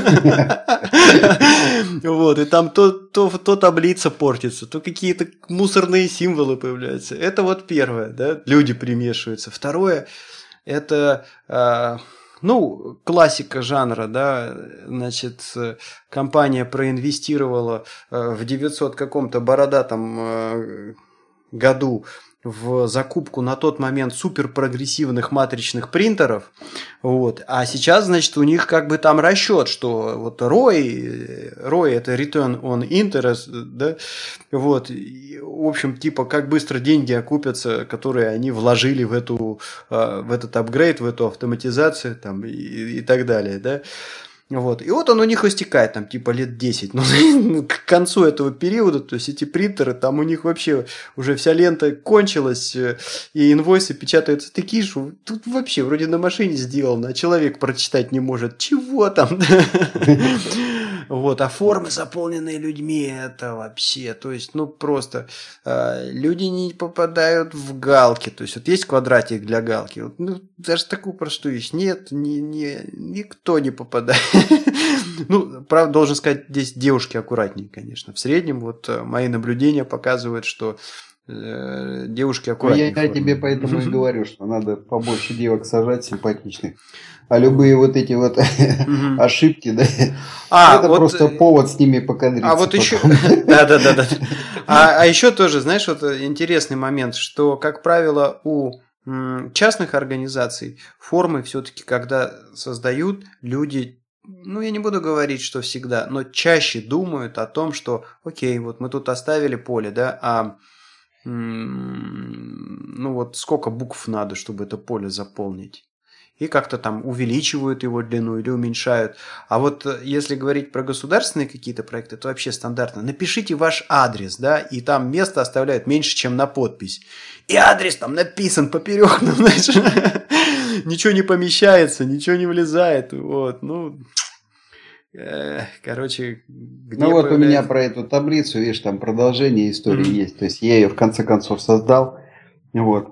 Вот, и там то таблица портится, то какие-то мусорные символы появляются. Это вот первое, да, люди примешиваются. Второе, это... классика жанра, да, значит, компания проинвестировала в 900 каком-то бородатом году в закупку на тот момент суперпрогрессивных матричных принтеров, вот, а сейчас, значит, у них как бы там расчет, что вот ROI это Return on Interest, да, вот, и, в общем, типа, как быстро деньги окупятся, которые они вложили в этот апгрейд, в эту автоматизацию, там, и так далее, да. Вот. И вот он у них истекает, там, типа, лет 10. Ну, к концу этого периода, то есть, эти принтеры, там у них вообще уже вся лента кончилась, и инвойсы печатаются такие, что тут вообще вроде на машине сделано, а человек прочитать не может. Чего там? Вот, а формы, заполненные людьми, это вообще, то есть, ну, просто люди не попадают в галки, то есть, вот есть квадратик для галки, вот, ну, даже такую простую вещь нет, никто не попадает. Ну, правда, должен сказать, здесь девушки аккуратнее, конечно. В среднем, вот, мои наблюдения показывают, что девушки аккуратнее. Я тебе поэтому и говорю, что надо побольше девок сажать симпатичных. А любые вот эти вот ошибки, да, это вот, просто повод с ними покадриться. А вот еще... Да. А еще тоже, знаешь, вот интересный момент, что, как правило, у частных организаций формы все-таки, когда создают, люди, ну, я не буду говорить, что всегда, но чаще думают о том, что, окей, вот мы тут оставили поле, да, а ну вот сколько букв надо, чтобы это поле заполнить. И как-то там увеличивают его длину или уменьшают. А вот если говорить про государственные какие-то проекты, то вообще стандартно. Напишите ваш адрес, да, и там место оставляют меньше, чем на подпись. И адрес там написан поперек, ну, знаешь, ничего не помещается, ничего не влезает. Вот, ну, Короче, где Ну вот у меня про эту таблицу, видишь, там продолжение истории есть. То есть я ее в конце концов создал. Вот.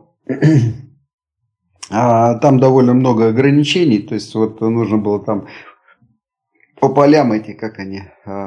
Там довольно много ограничений. То есть вот нужно было там по полям эти, как они,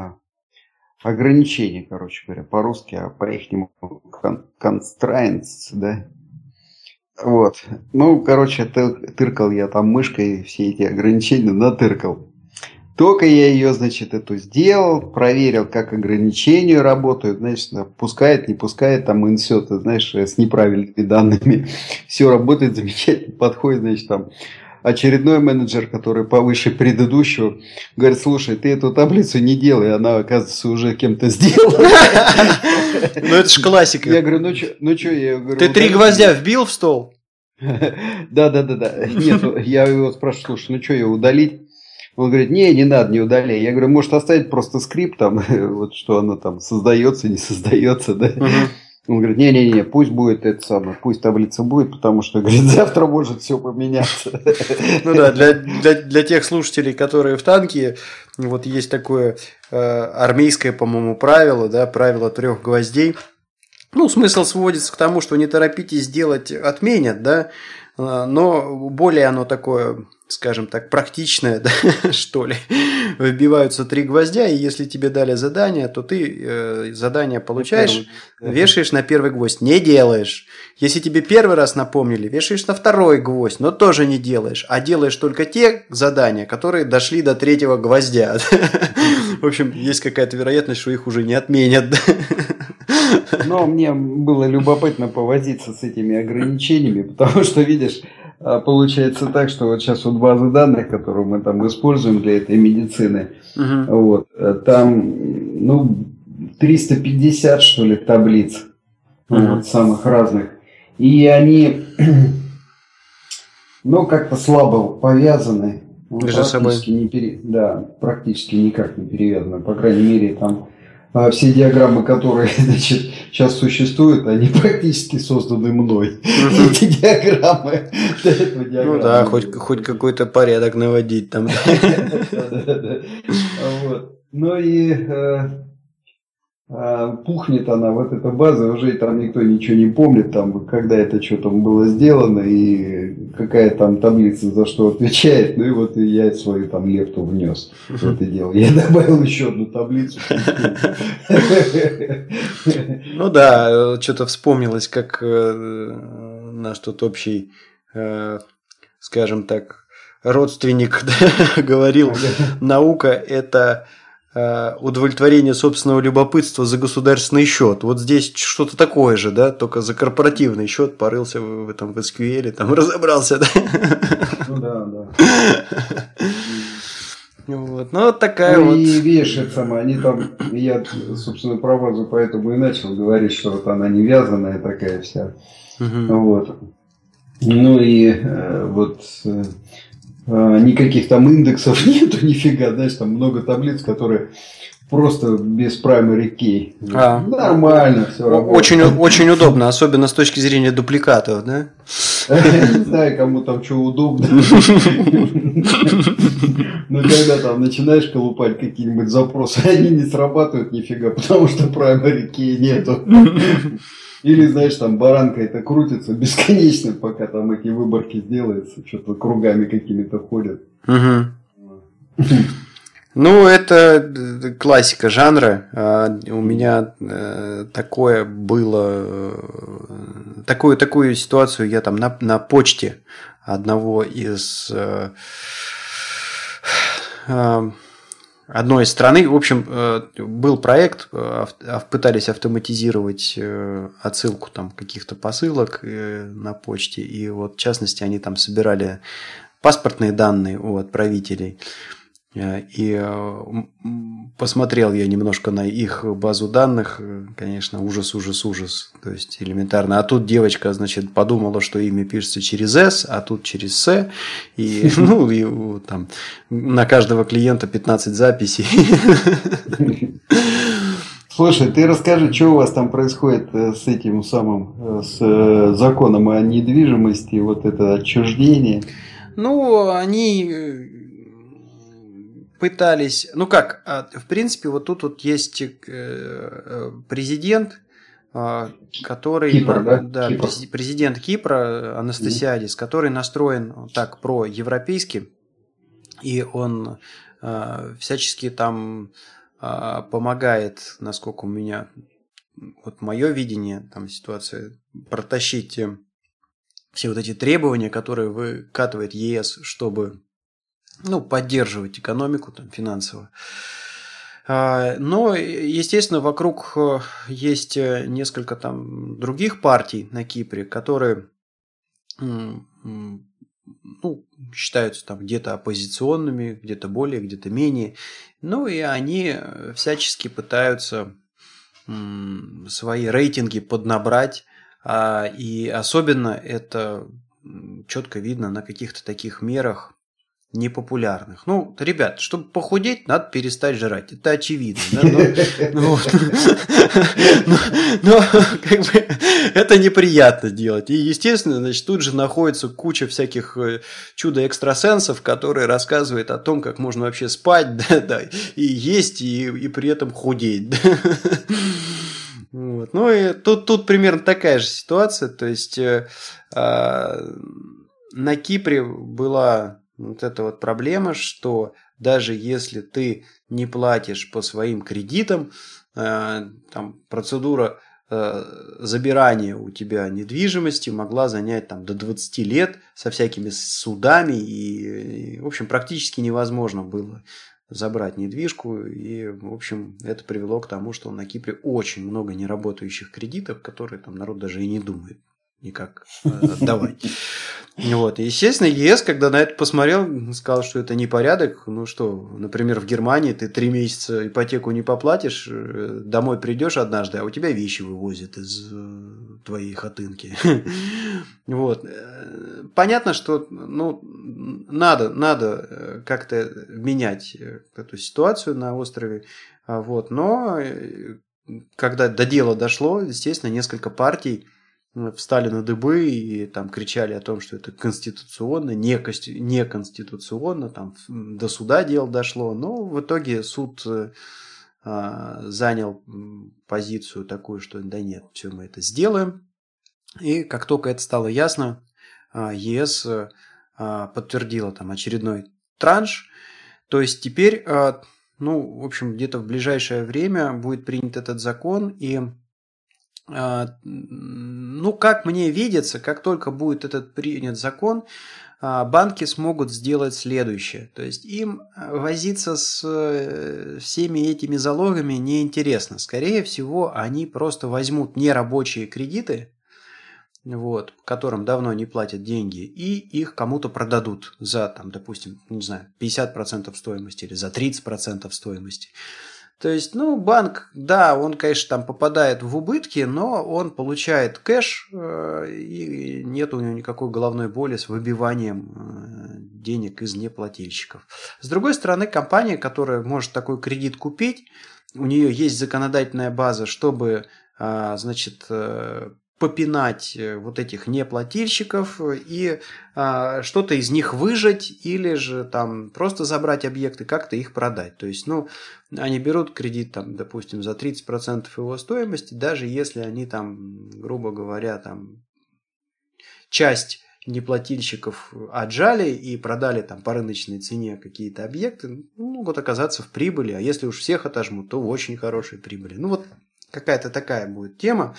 ограничения, короче говоря, по-русски, а по-ихнему constraints, да. Вот. Ну, короче, тыркал я там мышкой, все эти ограничения натыркал. Только я ее, значит, эту сделал, проверил, как ограничения работают, значит, пускает, не пускает, там инсет, знаешь, с неправильными данными. Все работает замечательно, подходит, значит, там очередной менеджер, который повыше предыдущего, говорит, слушай, ты эту таблицу не делай, она, оказывается, уже кем-то сделана. Ну, это же классика. Я говорю, ну что, я говорю... Ты 3 гвоздя вбил в стол? Да. Нет, я его спрашиваю, слушай, ну что, ее удалить? Он говорит, не надо, не удаляй. Я говорю, может оставить просто скрипт, там, вот что оно там создается, не создается, да? Он говорит, не, пусть будет это самое, пусть таблица будет, потому что, говорит, завтра может все поменяться. Ну да, для тех слушателей, которые в танке, вот есть такое армейское, по-моему, правило, да, правило 3 гвоздей. Ну, смысл сводится к тому, что не торопитесь делать, отменят, да, но более оно такое, скажем так, практичное, да, что ли. Вбиваются 3 гвоздя, и если тебе дали задание, то ты задание получаешь, вешаешь на 1 гвоздь, не делаешь. Если тебе 1 раз напомнили, вешаешь на 2 гвоздь, но тоже не делаешь, а делаешь только те задания, которые дошли до 3 гвоздя. В общем, есть какая-то вероятность, что их уже не отменят. Но мне было любопытно повозиться с этими ограничениями, потому что, видишь, получается так, что вот сейчас вот базы данных, которую мы там используем для этой медицины, вот, там, ну, 350, что ли, таблиц, вот, самых разных. И они, ну, как-то слабо повязаны. Между собой. Практически никак не перевязаны. По крайней мере, там все диаграммы, которые, значит, сейчас существуют, они практически созданы мной. Эти диаграммы. Ну да, хоть какой-то порядок наводить там. Ну и пухнет она, вот эта база, уже там никто ничего не помнит, там, когда это что там было сделано и какая там таблица за что отвечает. Ну и вот я свою там лепту внес в это дело. Я добавил еще одну таблицу. Ну да, что-то вспомнилось, как наш тут общий, скажем так, родственник говорил, наука – это удовлетворение собственного любопытства за государственный счет. Вот здесь что-то такое же, да, только за корпоративный счет порылся в этом в SQL, там разобрался, да. Ну да. Вот. Ну, вот такая вот. И вешает сама, они там, я, собственно, про базу поэтому и начал говорить, что вот она не вязаная такая вся. Вот. Ну и вот никаких там индексов нету, нифига, знаешь, там много таблиц, которые просто без primary key. Нормально все работает. Очень удобно, особенно с точки зрения дупликатов, да? Не знаю, кому там что удобно. Но когда там начинаешь колупать какие-нибудь запросы, они не срабатывают нифига, потому что primary key нету. Или, знаешь, там баранка это крутится бесконечно, пока там эти выборки сделаются, что-то кругами какими-то ходят. Ну, это классика жанра. У меня такое было, такую ситуацию я там на почте одного из одной из страны. В общем, был проект, пытались автоматизировать отсылку там каких-то посылок на почте. И вот, в частности, они там собирали паспортные данные у отправителей. И посмотрел я немножко на их базу данных, конечно, ужас. То есть элементарно. А тут девочка, значит, подумала, что имя пишется через «С», а тут через «С». И, ну, и там на каждого клиента 15 записей. Слушай, ты расскажи, что у вас там происходит с этим самым, с законом о недвижимости, вот это отчуждение? Ну, они пытались, ну как, в принципе, вот тут вот есть президент, который, Кипр, да? да, Кипр. президент Кипра Анастасиадис, который настроен так проевропейски, и он всячески там помогает, насколько у меня, вот мое видение, там ситуация, протащить все вот эти требования, которые выкатывает ЕС, чтобы, ну, поддерживать экономику там, финансово. Но, естественно, вокруг есть несколько там других партий на Кипре, которые ну, считаются там где-то оппозиционными, где-то более, где-то менее. Ну и они всячески пытаются свои рейтинги поднабрать. И особенно это четко видно на каких-то таких мерах непопулярных. Ну, ребят, чтобы похудеть, надо перестать жрать. Это очевидно. Да? Но как бы это неприятно делать. И, естественно, значит, тут же находится куча всяких чудо-экстрасенсов, которые рассказывают о том, как можно вообще спать, да, и есть, и при этом худеть. Да? Вот. Ну и тут примерно такая же ситуация. То есть на Кипре была вот эта вот проблема, что даже если ты не платишь по своим кредитам, там процедура забирания у тебя недвижимости могла занять там до 20 лет со всякими судами, и в общем, практически невозможно было забрать недвижку, и, в общем, это привело к тому, что на Кипре очень много неработающих кредитов, которые там народ даже и не думает никак отдавать. Вот. И, естественно, ЕС, когда на это посмотрел, сказал, что это непорядок. Ну что, например, в Германии ты 3 месяца ипотеку не поплатишь, домой придешь однажды, а у тебя вещи вывозят из твоей хатынки. Вот. Понятно, что ну, надо как-то менять эту ситуацию на острове. Вот. Но когда до дела дошло, естественно, несколько партий встали на дыбы и там кричали о том, что это конституционно, неконституционно, там до суда дело дошло. Но в итоге суд занял позицию такую, что да нет, все мы это сделаем. И как только это стало ясно, ЕС подтвердила там очередной транш. То есть теперь, ну, в общем, где-то в ближайшее время будет принят этот закон, и ну, как мне видится, как только будет этот принят закон, банки смогут сделать следующее. То есть им возиться с всеми этими залогами неинтересно. Скорее всего, они просто возьмут нерабочие кредиты, вот, которым давно не платят деньги, и их кому-то продадут за, там, допустим, не знаю, 50% стоимости или за 30% стоимости. То есть, ну, банк, да, он, конечно, там попадает в убытки, но он получает кэш, и нет у него никакой головной боли с выбиванием денег из неплательщиков. С другой стороны, компания, которая может такой кредит купить, у нее есть законодательная база, чтобы, значит, попинать вот этих неплательщиков и что-то из них выжать или же там просто забрать объекты, как-то их продать. То есть, ну, они берут кредит, там, допустим, за 30% его стоимости, даже если они там, грубо говоря, там часть неплательщиков отжали и продали там по рыночной цене какие-то объекты, могут оказаться в прибыли, а если уж всех отожмут, то в очень хорошей прибыли. Ну вот какая-то такая будет тема.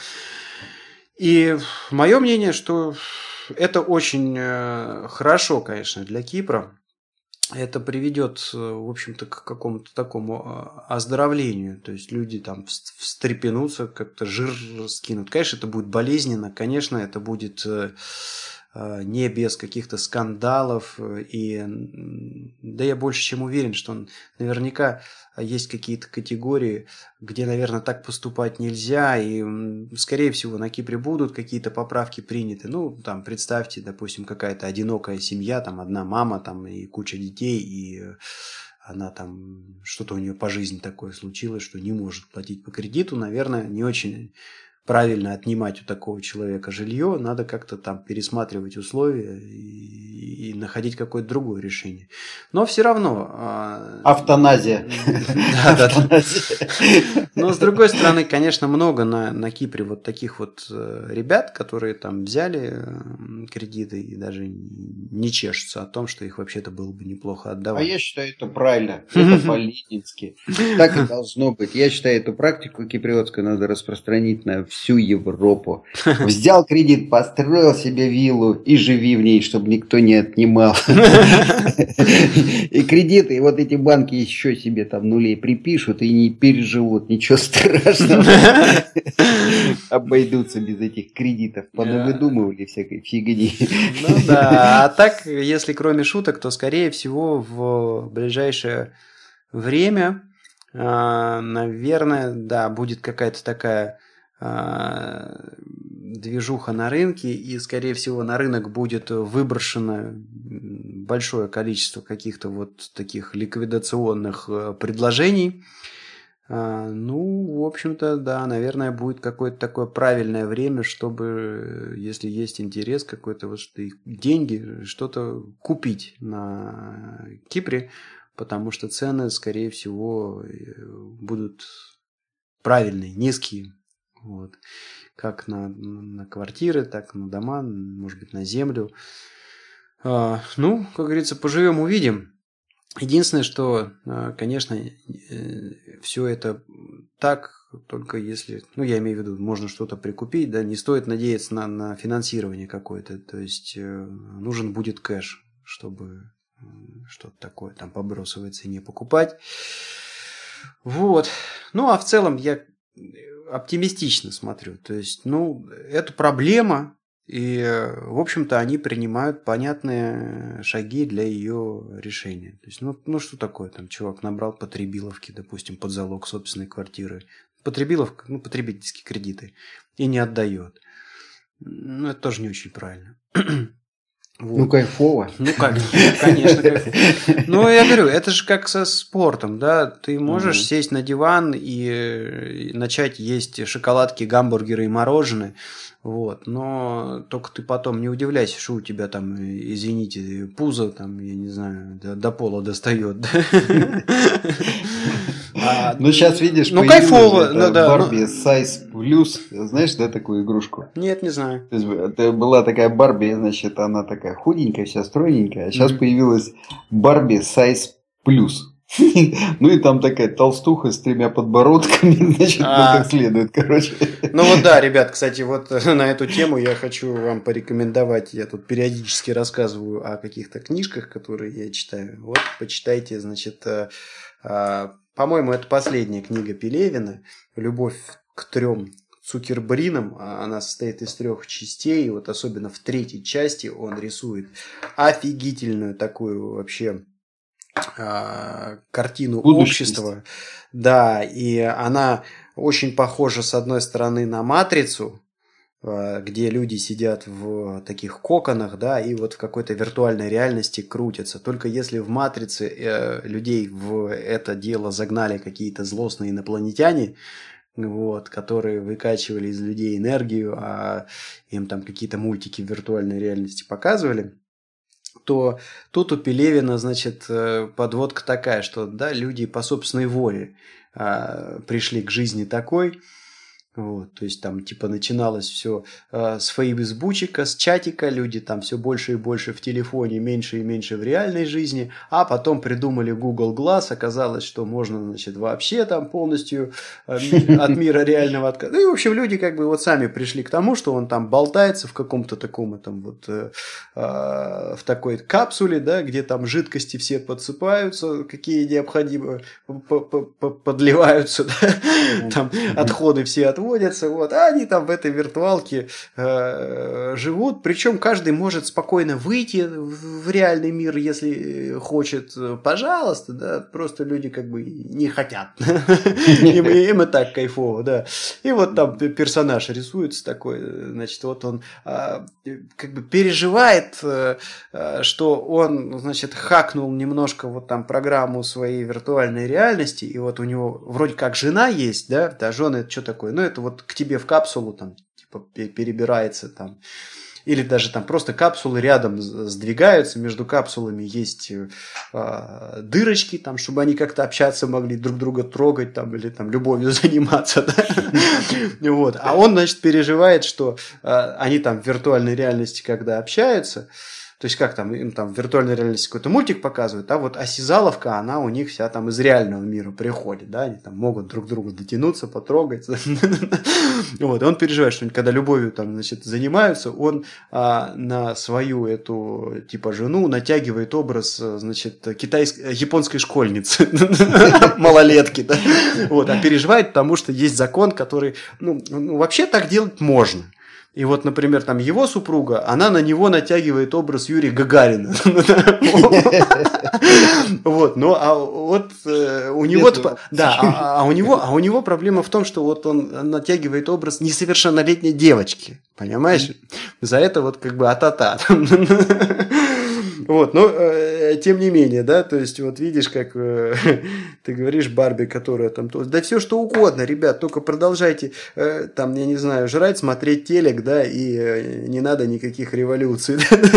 И мое мнение, что это очень хорошо, конечно, для Кипра. Это приведет, в общем-то, к какому-то такому оздоровлению. То есть люди там встрепенутся, как-то жир скинут. Конечно, это будет болезненно, конечно, это будет не без каких-то скандалов. И да, я больше чем уверен, что наверняка есть какие-то категории, где, наверное, так поступать нельзя, и, скорее всего, на Кипре будут какие-то поправки приняты. Ну, там, представьте, допустим, какая-то одинокая семья, там, одна мама, там, и куча детей, и она там, что-то у нее по жизни такое случилось, что не может платить по кредиту, наверное, не очень правильно отнимать у такого человека жилье, надо как-то там пересматривать условия и находить какое-то другое решение. Но все равно... Автоназия. Да. Но, с другой стороны, конечно, много на Кипре вот таких вот ребят, которые там взяли кредиты и даже не чешутся о том, что их вообще-то было бы неплохо отдавать. А я считаю, это правильно. Это по-ленински. Так и должно быть. Я считаю, эту практику киприотскую надо распространить на всю Европу. Взял кредит, построил себе виллу и живи в ней, чтобы никто не отнимал. И кредиты, и вот эти банки еще себе там нулей припишут и не переживут. Ничего страшного. Обойдутся без этих кредитов. Понавыдумывали всякой фигни. Ну да, а так, если кроме шуток, то, скорее всего, в ближайшее время, наверное, да, будет какая-то такая движуха на рынке, и, скорее всего, на рынок будет выброшено большое количество каких-то вот таких ликвидационных предложений. Ну, в общем-то, да, наверное, будет какое-то такое правильное время, чтобы, если есть интерес какой-то, вот что деньги, что-то купить на Кипре, потому что цены, скорее всего, будут правильные, низкие. Вот. Как на квартиры, так и на дома, может быть, на землю. Ну, как говорится, поживем, увидим. Единственное, что, конечно, все это так, только если, ну, я имею в виду, можно что-то прикупить, да, не стоит надеяться на финансирование какое-то, то есть нужен будет кэш, чтобы что-то такое там по бросовой цене покупать. Вот. Ну, а в целом я оптимистично смотрю, то есть, ну, это проблема. И, в общем-то, они принимают понятные шаги для ее решения. То есть, ну что такое, там, чувак набрал потребиловки, допустим, под залог собственной квартиры. Потребиловка, ну, потребительские кредиты. И не отдает. Ну, это тоже не очень правильно. Вот. Ну, кайфово. Ну, как, конечно, кайфово. Ну, я говорю, это же как со спортом, да, ты можешь сесть на диван и начать есть шоколадки, гамбургеры и мороженое, вот, но только ты потом не удивляйся, что у тебя там, извините, пузо там, я не знаю, до пола достает. Ну, сейчас видишь, ну, кайфово, ну, да, Барби Size Plus, знаешь, да, такую игрушку? Нет, не знаю. То есть, это была такая Барби, значит, она такая худенькая, вся стройненькая, а сейчас появилась Барби Size Plus. Ну и там такая толстуха с 3 подбородками, значит, ну как следует, короче. Ну вот да, ребят, кстати, вот на эту тему я хочу вам порекомендовать. Я тут периодически рассказываю о каких-то книжках, которые я читаю. Вот, почитайте, значит, по-моему, это последняя книга Пелевина «Любовь к 3 Цукербринам». Она состоит из 3 частей. И вот особенно в 3-й части он рисует офигительную такую вообще картину общества. Да, и она очень похожа, с одной стороны, на «Матрицу», где люди сидят в таких коконах, да, и вот в какой-то виртуальной реальности крутятся. Только если в «Матрице» людей в это дело загнали какие-то злостные инопланетяне, вот, которые выкачивали из людей энергию, а им там какие-то мультики в виртуальной реальности показывали, то тут у Пелевина, значит, подводка такая, что, да, люди по собственной воле пришли к жизни такой. Вот, то есть там типа начиналось все с фейсбучика, с чатика, люди там все больше и больше в телефоне, меньше и меньше в реальной жизни, а потом придумали Google Glass, оказалось, что можно, значит, вообще там полностью от мира реального отказаться. Ну и, в общем, люди как бы вот сами пришли к тому, что он там болтается в каком-то таком там вот в такой капсуле, да, где там жидкости все подсыпаются, какие необходимо, подливаются, да, там отходы все отводятся, вот, а они там в этой виртуалке живут, причем каждый может спокойно выйти в реальный мир, если хочет, пожалуйста, да, просто люди как бы не хотят, им и так кайфово, да, и вот там персонаж рисуется такой, значит, вот он как бы переживает, что он, значит, хакнул немножко вот там программу своей виртуальной реальности, и вот у него вроде как жена есть, да, жены это что такое, ну это как-то вот к тебе в капсулу там типа перебирается там. Или даже там просто капсулы рядом сдвигаются, между капсулами есть дырочки, там, чтобы они как-то общаться могли, друг друга трогать там, или там, любовью заниматься. Да? Вот. А он, значит, переживает, что они там в виртуальной реальности, когда общаются, то есть как там, им там в виртуальной реальности какой-то мультик показывают, а вот осязаловка, она у них вся там из реального мира приходит, да, они там могут друг к другу дотянуться, потрогать. Вот, и он переживает, что когда любовью там, значит, занимаются, он на свою эту, типа, жену натягивает образ, значит, японской школьницы, малолетки, да, вот, а переживает, потому что есть закон, который, ну, вообще так делать можно. И вот, например, там его супруга, она на него натягивает образ Юрия Гагарина. Вот, ну, а вот у него... Да, а у него проблема в том, что вот он натягивает образ несовершеннолетней девочки. Понимаешь? За это вот как бы а-та-та. Вот, но тем не менее, да, то есть вот видишь, как ты говоришь, Барби, которая там, да все что угодно, ребят, только продолжайте там, я не знаю, жрать, смотреть телек, да, и не надо никаких революций.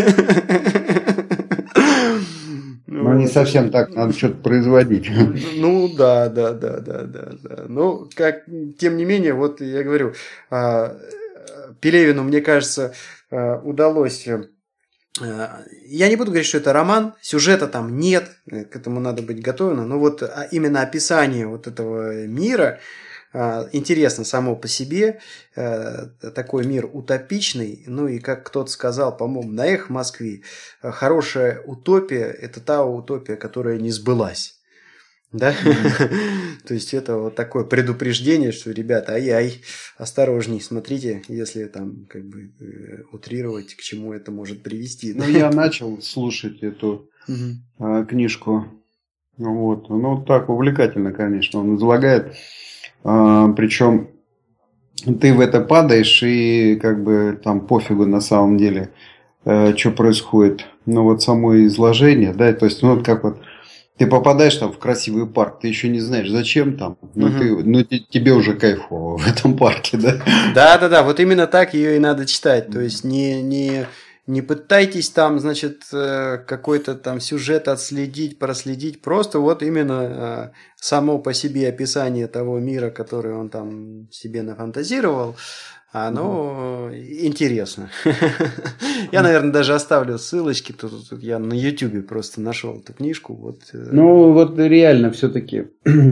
Ну, не совсем так, надо что-то производить. Ну, да. Ну, как, тем не менее, вот я говорю, Пелевину, мне кажется, удалось... Я не буду говорить, что это роман, сюжета там нет, к этому надо быть готовым, но вот именно описание вот этого мира интересно само по себе, такой мир утопичный, ну и как кто-то сказал, по-моему, на «Эхо Москвы», хорошая утопия – это та утопия, которая не сбылась. Да? То есть это вот такое предупреждение, что, ребята, ай-яй, осторожней, смотрите, если там как бы утрировать, к чему это может привести. Ну, я начал слушать эту книжку. Вот. Ну, так увлекательно, конечно. Он излагает. Причем ты в это падаешь, и как бы там пофигу на самом деле, что происходит. Ну, вот само изложение, да, то есть, ну, вот как вот ты попадаешь там в красивый парк, ты еще не знаешь, зачем там, но, тебе уже кайфово в этом парке, да? Да, вот именно так ее и надо читать. То есть не пытайтесь там, значит, какой-то там сюжет отследить, проследить. Просто вот именно само по себе описание того мира, который он там себе нафантазировал, оно интересно. Я, наверное, даже оставлю ссылочки. Тут я на YouTube просто нашел эту книжку. Вот. Ну, вот реально все-таки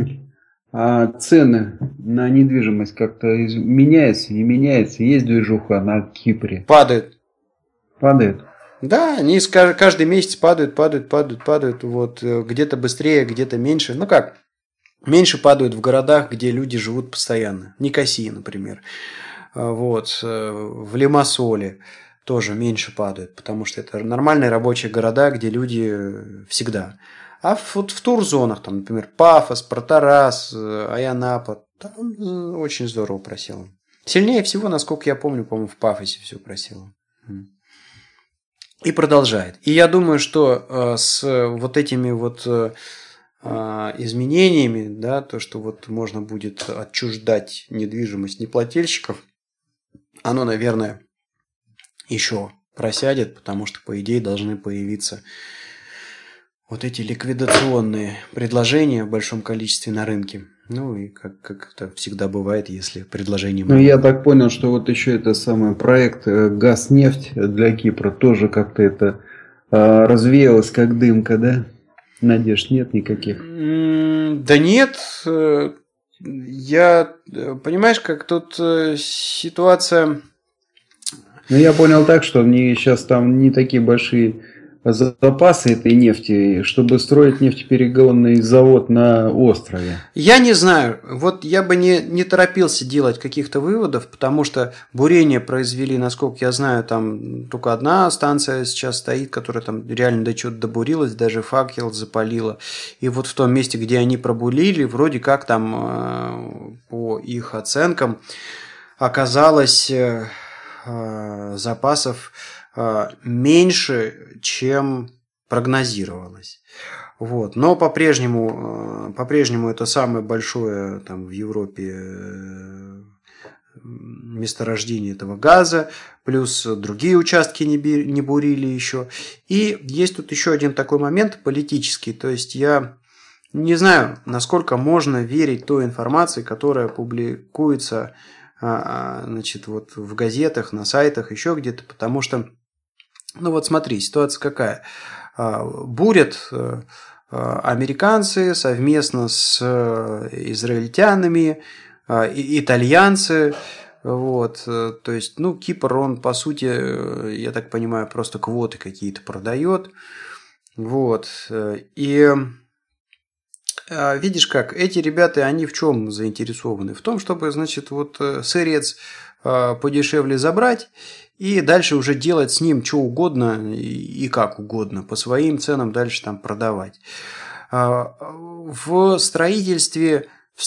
цены на недвижимость как-то меняются, не меняются. Есть движуха на Кипре. Падает. Да, они каждый месяц падают. Вот, где-то быстрее, где-то меньше. Ну как? Меньше падают в городах, где люди живут постоянно. Никосии, например. Вот, в Лимассоле тоже меньше падают, потому что это нормальные рабочие города, где люди всегда. А вот в турзонах, там, например, Пафос, Протарас, Айанапа, там очень здорово просело. Сильнее всего, насколько я помню, по-моему, в Пафосе все просело. И продолжает. И я думаю, что с вот этими вот изменениями, да, то, что вот можно будет отчуждать недвижимость неплательщиков, оно, наверное, еще просядет, потому что, по идее, должны появиться вот эти ликвидационные предложения в большом количестве на рынке. Ну, и как это всегда бывает, если предложений мало. Ну, я так понял, что вот еще это самый проект «Газнефть» для Кипра тоже как-то это развеялось, как дымка, да? Надежд нет никаких? Да нет. Я, понимаешь, как тут ситуация... Ну, я понял так, что они сейчас там не такие большие запасы этой нефти, чтобы строить нефтеперегонный завод на острове. Я не знаю. Вот я бы не торопился делать каких-то выводов, потому что бурение произвели, насколько я знаю, там только одна станция сейчас стоит, которая там реально до чего-то добурилась, даже факел запалила. И вот в том месте, где они пробурили, вроде как там по их оценкам оказалось запасов меньше, чем прогнозировалось. Вот. Но по-прежнему это самое большое там, в Европе месторождение этого газа, плюс другие участки не бурили еще. И есть тут еще один такой момент политический, то есть я не знаю, насколько можно верить той информации, которая публикуется, значит, вот в газетах, на сайтах, еще где-то, потому что, ну вот смотри, ситуация какая. Бурят американцы совместно с израильтянами, итальянцы, вот, то есть, ну, Кипр, он, по сути, я так понимаю, просто квоты какие-то продает, вот, и видишь как, эти ребята, они в чем заинтересованы? В том, чтобы, значит, вот сырец подешевле забрать и дальше уже делать с ним что угодно и как угодно, по своим ценам дальше там продавать. В строительстве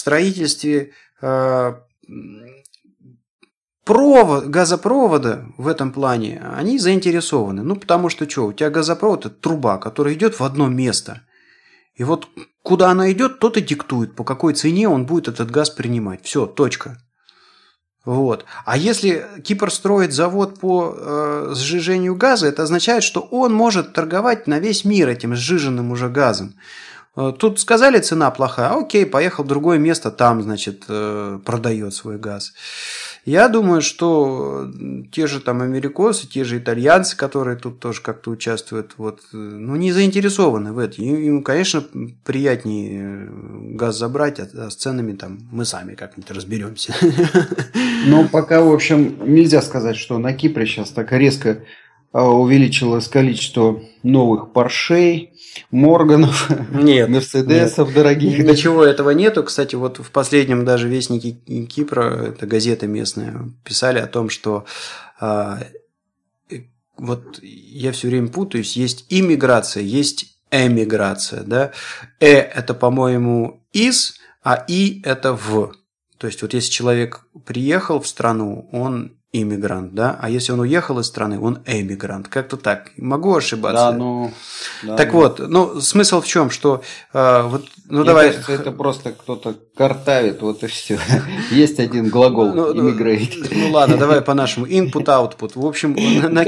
газопровода в этом плане они заинтересованы. Ну, потому что что, у тебя газопровод – это труба, которая идет в одно место. И вот куда она идет, тот и диктует, по какой цене он будет этот газ принимать. Все, точка. Вот. А если Кипр строит завод по сжижению газа, это означает, что он может торговать на весь мир этим сжиженным уже газом. Тут сказали, цена плохая, окей, поехал в другое место, там, значит, продает свой газ. Я думаю, что те же там америкосы, те же итальянцы, которые тут тоже как-то участвуют, вот, ну, не заинтересованы в этом. Им, конечно, приятнее газ забрать, а с ценами там мы сами как-нибудь разберемся. Но пока, в общем, нельзя сказать, что на Кипре сейчас так резко увеличилось количество новых Поршей, Морганов, Мерседесов дорогих. Ничего этого нету. Кстати, вот в последнем даже Вестнике Кипра, это газета местная, писали о том, что вот я все время путаюсь, есть иммиграция, есть эмиграция. Да? Это, по-моему, из, а и это в. То есть, вот если человек приехал в страну, он иммигрант, да, а если он уехал из страны, он эмигрант. Как-то так. Могу ошибаться. Так вот, ну, смысл в чем, что вот, ну мне давай. Кажется, это просто кто-то картавит, вот и все. Есть один глагол immigrate. Ну ладно, давай по-нашему. Input, output. В общем, на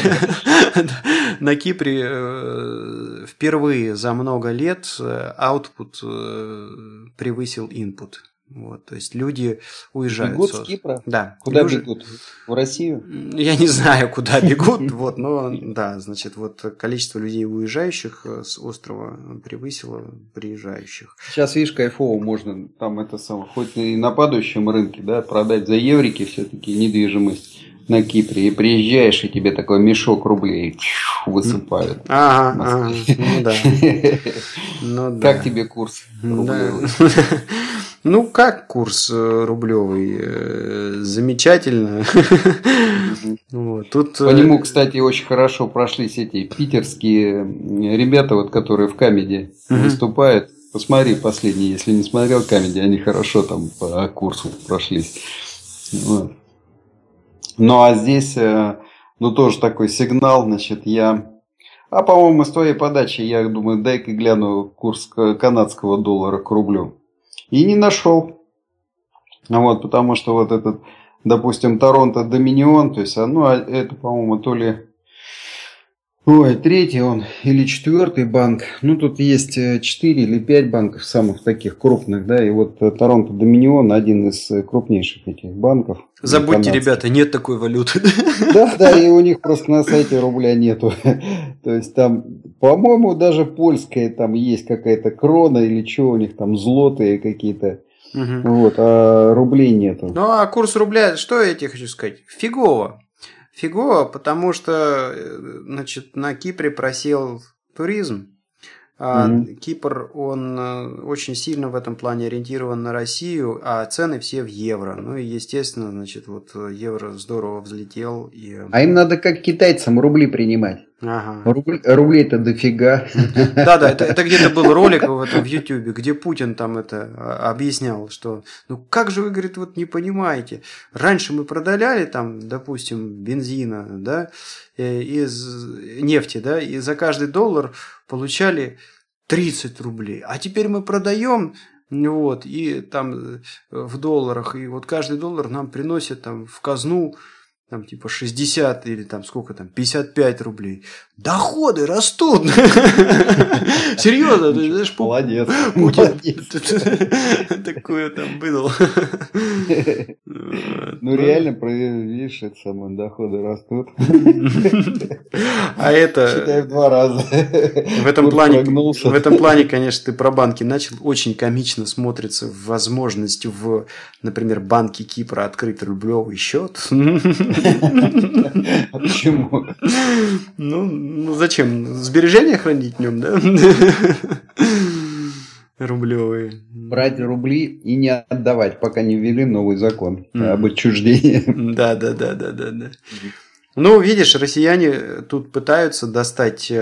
Кипре впервые за много лет output превысил input. Вот, то есть люди уезжают. Бегут с Кипра? Да. Куда бегут? В Россию? Я не знаю, куда бегут, вот, но да, значит, вот количество людей, уезжающих с острова, превысило приезжающих. Сейчас, видишь, кайфово можно там это самое, хоть и на падающем рынке, да, продать за еврики все-таки недвижимость на Кипре, и приезжаешь, и тебе такой мешок рублей высыпают. Ага, ну да. Как тебе курс рублевый? Ну, как курс рублевый? Замечательно. Тут... По нему, кстати, очень хорошо прошлись эти питерские ребята, вот, которые в Камеди выступают. Посмотри последний, если не смотрел Камеди, они хорошо там по курсу прошлись. Вот. Ну, а здесь, ну, тоже такой сигнал, значит, по-моему, с твоей подачи, я думаю, дай-ка гляну курс канадского доллара к рублю. И не нашел. Вот, потому что вот этот, допустим, Торонто Доминион, то есть, это, по-моему, то ли третий он или четвертый банк. Ну, тут есть 4 или 5 банков самых таких крупных, да, и вот Торонто Доминион один из крупнейших этих банков. Забудьте, ребята, нет такой валюты. Да, и у них просто на сайте рубля нету. То есть там, по-моему, даже польская там есть какая-то крона или что у них там, злотые какие-то. Вот, а рублей нету. Ну, а курс рубля, что я тебе хочу сказать? Фигово. Фигово, потому что, значит, на Кипре просел туризм. Кипр, он очень сильно в этом плане ориентирован на Россию, а цены все в евро. Ну и, естественно, значит, вот евро здорово взлетел. А им надо как китайцам рубли принимать. Ага. Рублей-то дофига. Да, это где-то был ролик в Ютубе, где Путин там это объяснял, что ну как же вы, говорит, вот не понимаете. Раньше мы продавали там, допустим, бензина, да, из нефти, да, и за каждый доллар получали 30 рублей. А теперь мы продаем Вот, и там в долларах, и вот каждый доллар нам приносит там в казну там типа 60 или там сколько там, 55 рублей. Доходы растут. Серьезно, ты знаешь, молодец. Такое там было. Ну реально, видишь, это самое, доходы растут. А это... Считай в 2 раза. В этом плане, конечно, ты про банки начал. Очень комично смотрится возможность в, например, Банке Кипра открыть рублевый счет. А почему? Ну, зачем? Сбережения хранить в нем, да? Рублевые. Брать рубли и не отдавать, пока не ввели новый закон об отчуждении. Да. Ну, видишь, россияне тут пытаются достать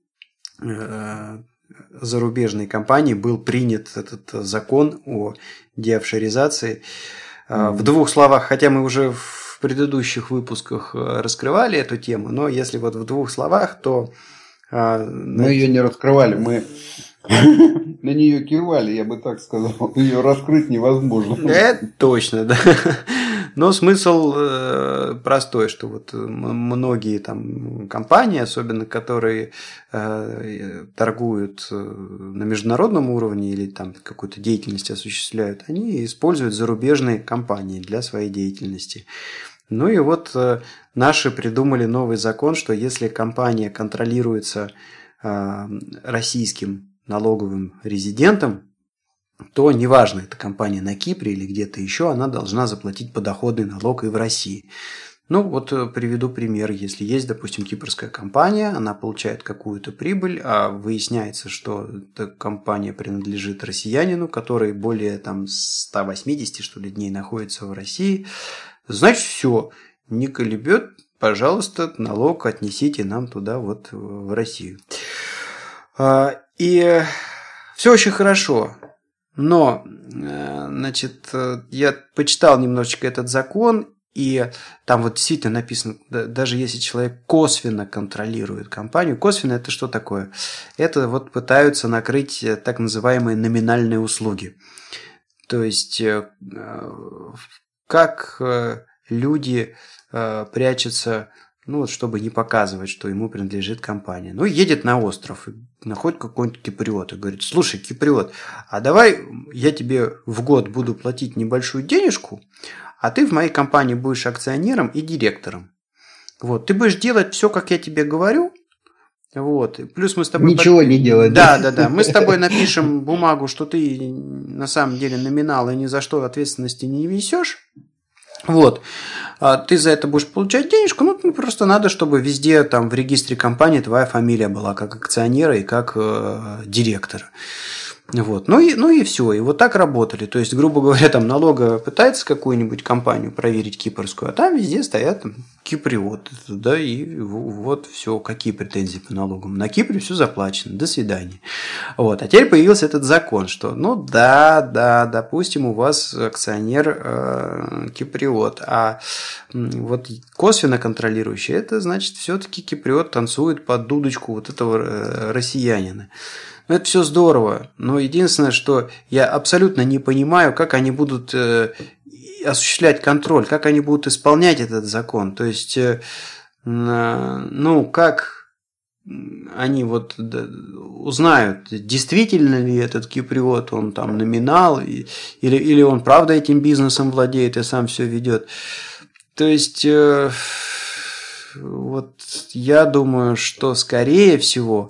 зарубежной компании. Был принят этот закон о деофшоризации. В 2 словах, хотя мы уже в предыдущих выпусках раскрывали эту тему, но если вот в 2 словах, то... Мы ее не раскрывали, мы на нее кивали, я бы так сказал. Ее раскрыть невозможно. Это точно, да. Но смысл простой, что вот многие там компании, особенно которые торгуют на международном уровне или там какую-то деятельность осуществляют, они используют зарубежные компании для своей деятельности. Ну и вот наши придумали новый закон, что если компания контролируется российским налоговым резидентом, то неважно, это компания на Кипре или где-то еще, она должна заплатить подоходный налог и в России. Ну, вот приведу пример. Если есть, допустим, кипрская компания, она получает какую-то прибыль, а выясняется, что эта компания принадлежит россиянину, который более там 180, что ли, дней находится в России, значит, все, не колебет, пожалуйста, налог отнесите нам туда, вот в Россию. И все очень хорошо. Но, значит, я почитал немножечко этот закон, и там вот действительно написано, даже если человек косвенно контролирует компанию, косвенно это что такое? Это вот пытаются накрыть так называемые номинальные услуги. То есть, как люди прячутся, ну вот, чтобы не показывать, что ему принадлежит компания. Ну, едет на остров, находит какой-нибудь киприот и говорит: слушай, киприот, а давай я тебе в год буду платить небольшую денежку, а ты в моей компании будешь акционером и директором. Вот, ты будешь делать все, как я тебе говорю. Вот, плюс мы с тобой... Ничего не делать. Да. Мы с тобой напишем бумагу, что ты на самом деле номинал и ни за что ответственности не несешь. Вот, ты за это будешь получать денежку, ну, просто надо, чтобы везде там в регистре компании твоя фамилия была как акционера и как директора. Вот. Ну и все. И вот так работали. То есть, грубо говоря, там налоговая пытается какую-нибудь компанию проверить кипрскую, а там везде стоят там киприоты. Да, и вот все. Какие претензии по налогам? На Кипре все заплачено. До свидания. Вот. А теперь появился этот закон, что ну да, допустим, у вас акционер киприот, а вот косвенно контролирующий, это значит, все-таки киприот танцует под дудочку вот этого россиянина. Ну, это все здорово, но единственное, что я абсолютно не понимаю, как они будут осуществлять контроль, как они будут исполнять этот закон. То есть, ну, как они вот узнают, действительно ли этот киприот, он там номинал, или он правда этим бизнесом владеет и сам все ведет. То есть... Вот я думаю, что скорее всего,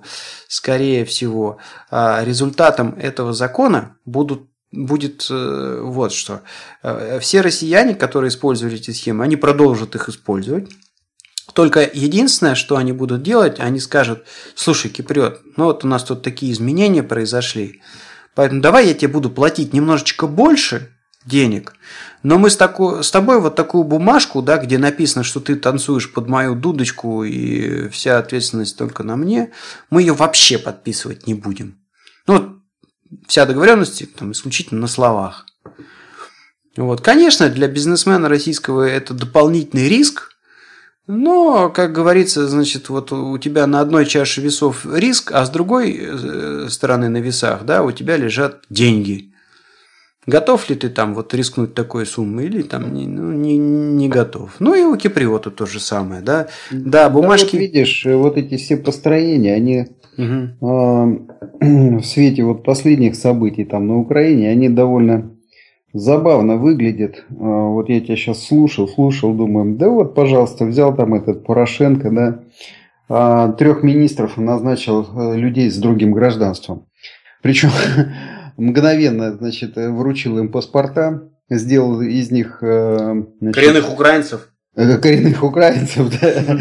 результатом этого закона будет вот что. Все россияне, которые использовали эти схемы, они продолжат их использовать. Только единственное, что они будут делать, они скажут: слушай, киприот, ну вот у нас тут такие изменения произошли, поэтому давай я тебе буду платить немножечко больше денег, но мы с тобой вот такую бумажку, да, где написано, что ты танцуешь под мою дудочку и вся ответственность только на мне, мы ее вообще подписывать не будем. Ну, вот вся договоренность там исключительно на словах. Вот. Конечно, для бизнесмена российского это дополнительный риск, но, как говорится, значит, вот у тебя на одной чаше весов риск, а с другой стороны на весах, да, у тебя лежат деньги. Готов ли ты там вот рискнуть такой суммой или там не готов? Ну и у киприота то же самое, да? Да, бумажки... Да, вот видишь, вот эти все построения, они Угу. в свете вот последних событий там на Украине, они довольно забавно выглядят. Вот я тебя сейчас слушал, думаю, да вот, пожалуйста, взял там этот Порошенко, да, 3 министров назначил людей с другим гражданством. Причем мгновенно, значит, вручил им паспорта, сделал из них... значит, Коренных украинцев. Коренных украинцев, да.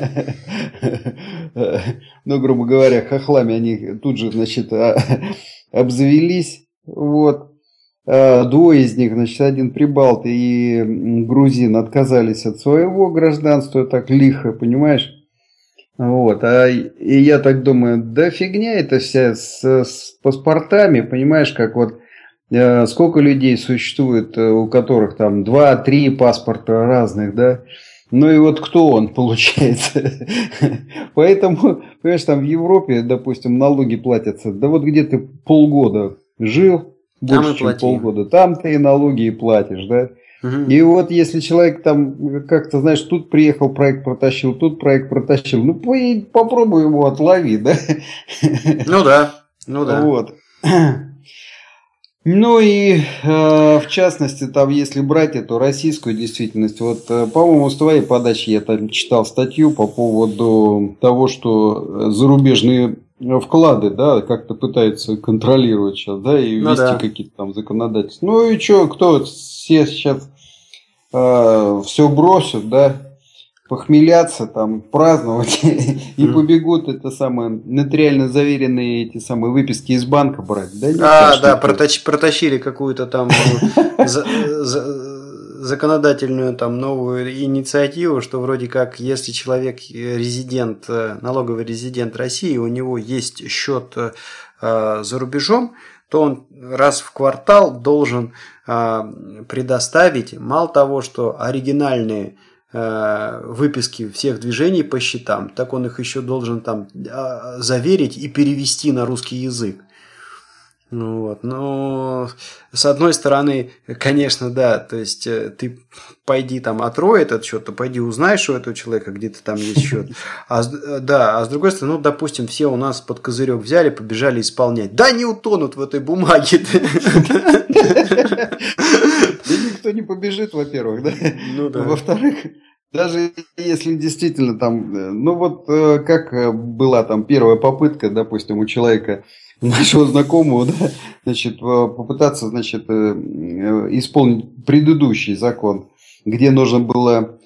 Ну, грубо говоря, хохлами они тут же, значит, обзавелись. Вот. Двое из них, значит, один прибалт и грузин отказались от своего гражданства, так лихо, понимаешь? Вот, и я так думаю, да фигня это вся с паспортами, понимаешь, как вот сколько людей существует, у которых там 2-3 паспорта разных, да, ну и вот кто он получается. Поэтому, понимаешь, там в Европе, допустим, налоги платятся, да вот где ты полгода жил, больше, чем полгода, там ты и налоги и платишь, да. И вот если человек там как-то, знаешь, тут приехал, проект протащил, тут проект протащил, ну попробуй его отлови, да? Ну да, ну да. Вот. Ну и в частности, там, если брать эту российскую действительность, вот, по-моему, с твоей подачи я там читал статью по поводу того, что зарубежные вклады, да, как-то пытаются контролировать сейчас, да, и ввести какие-то там законодательства. Ну и что, кто все сейчас все бросят, да, похмеляться, там, праздновать и побегут это самое нотариально заверенные эти самые выписки из банка брать, да? Нет, да, протащили какую-то там законодательную там новую инициативу, что вроде как, если человек резидент, налоговый резидент России, у него есть счет за рубежом, то он раз в квартал должен предоставить, мало того, что оригинальные выписки всех движений по счетам, так он их еще должен там заверить и перевести на русский язык. Ну, вот. Но с одной стороны, конечно, да, то есть ты пойди там отрой этот счет, то пойди узнай, что у этого человека где-то там есть счет. А с другой стороны, ну, допустим, все у нас под козырек взяли, побежали исполнять. Да не утонут в этой бумаге. Да никто не побежит, во-первых, да? Ну да. Во-вторых, даже если действительно там, ну вот как была там первая попытка, допустим, у человека, нашего знакомого, да, значит, попытаться, значит, исполнить предыдущий закон, где нужно было,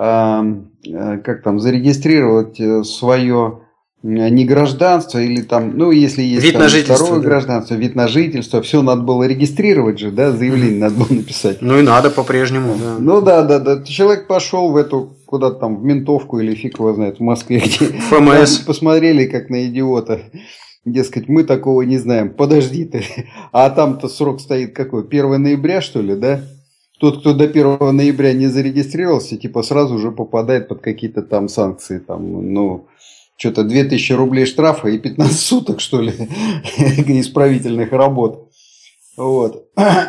как там, зарегистрировать свое не гражданство или там, ну, если есть вид там, на жительство, второе да. гражданство, вид на жительство, все надо было регистрировать же, да, заявление надо было написать. Ну и надо по-прежнему, да. Ну да. Человек пошел в эту, куда-то там, в ментовку или фиг его знает, в Москве, где ФМС. посмотрели как на идиота. Дескать, мы такого не знаем. Подожди ты. А там-то срок стоит какой? 1 ноября, что ли, да? Тот, кто до 1 ноября не зарегистрировался, типа сразу же попадает под какие-то там санкции. Там, ну, что-то 2000 рублей штрафа и 15 суток, что ли, исправительных работ. Вот.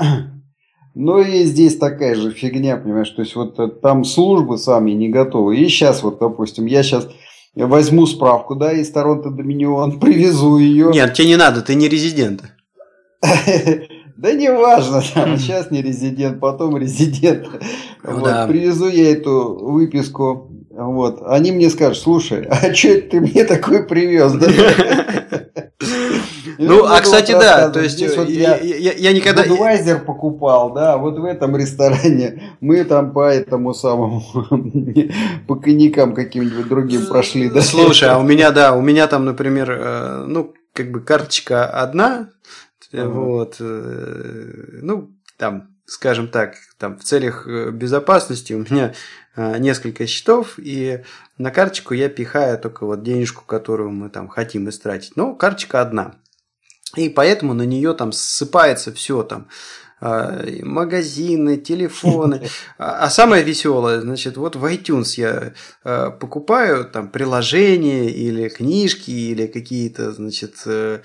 Ну и здесь такая же фигня, понимаешь. То есть вот там службы сами не готовы. И сейчас вот, допустим, я сейчас... Я возьму справку, да, из Торонто Доминион, привезу ее. Нет, тебе не надо, ты не резидент. Да не важно, сейчас не резидент, потом резидент. Привезу я эту выписку. Вот. Они мне скажут, слушай, а что это ты мне такой привез? Ну, а кстати, да, то есть я никогда... Будвайзер покупал, да, вот в этом ресторане. Мы там по этому самому, по коньякам каким-нибудь другим прошли, да. Слушай, а у меня там, например, ну, как бы карточка одна, вот, ну, там, скажем так, там в целях безопасности у меня несколько счетов, и на карточку я пихаю только вот денежку, которую мы там хотим истратить. Но карточка одна. И поэтому на нее там ссыпается все там. магазины, телефоны. А самое веселое, значит, вот в iTunes я покупаю там приложения или книжки, или какие-то, значит,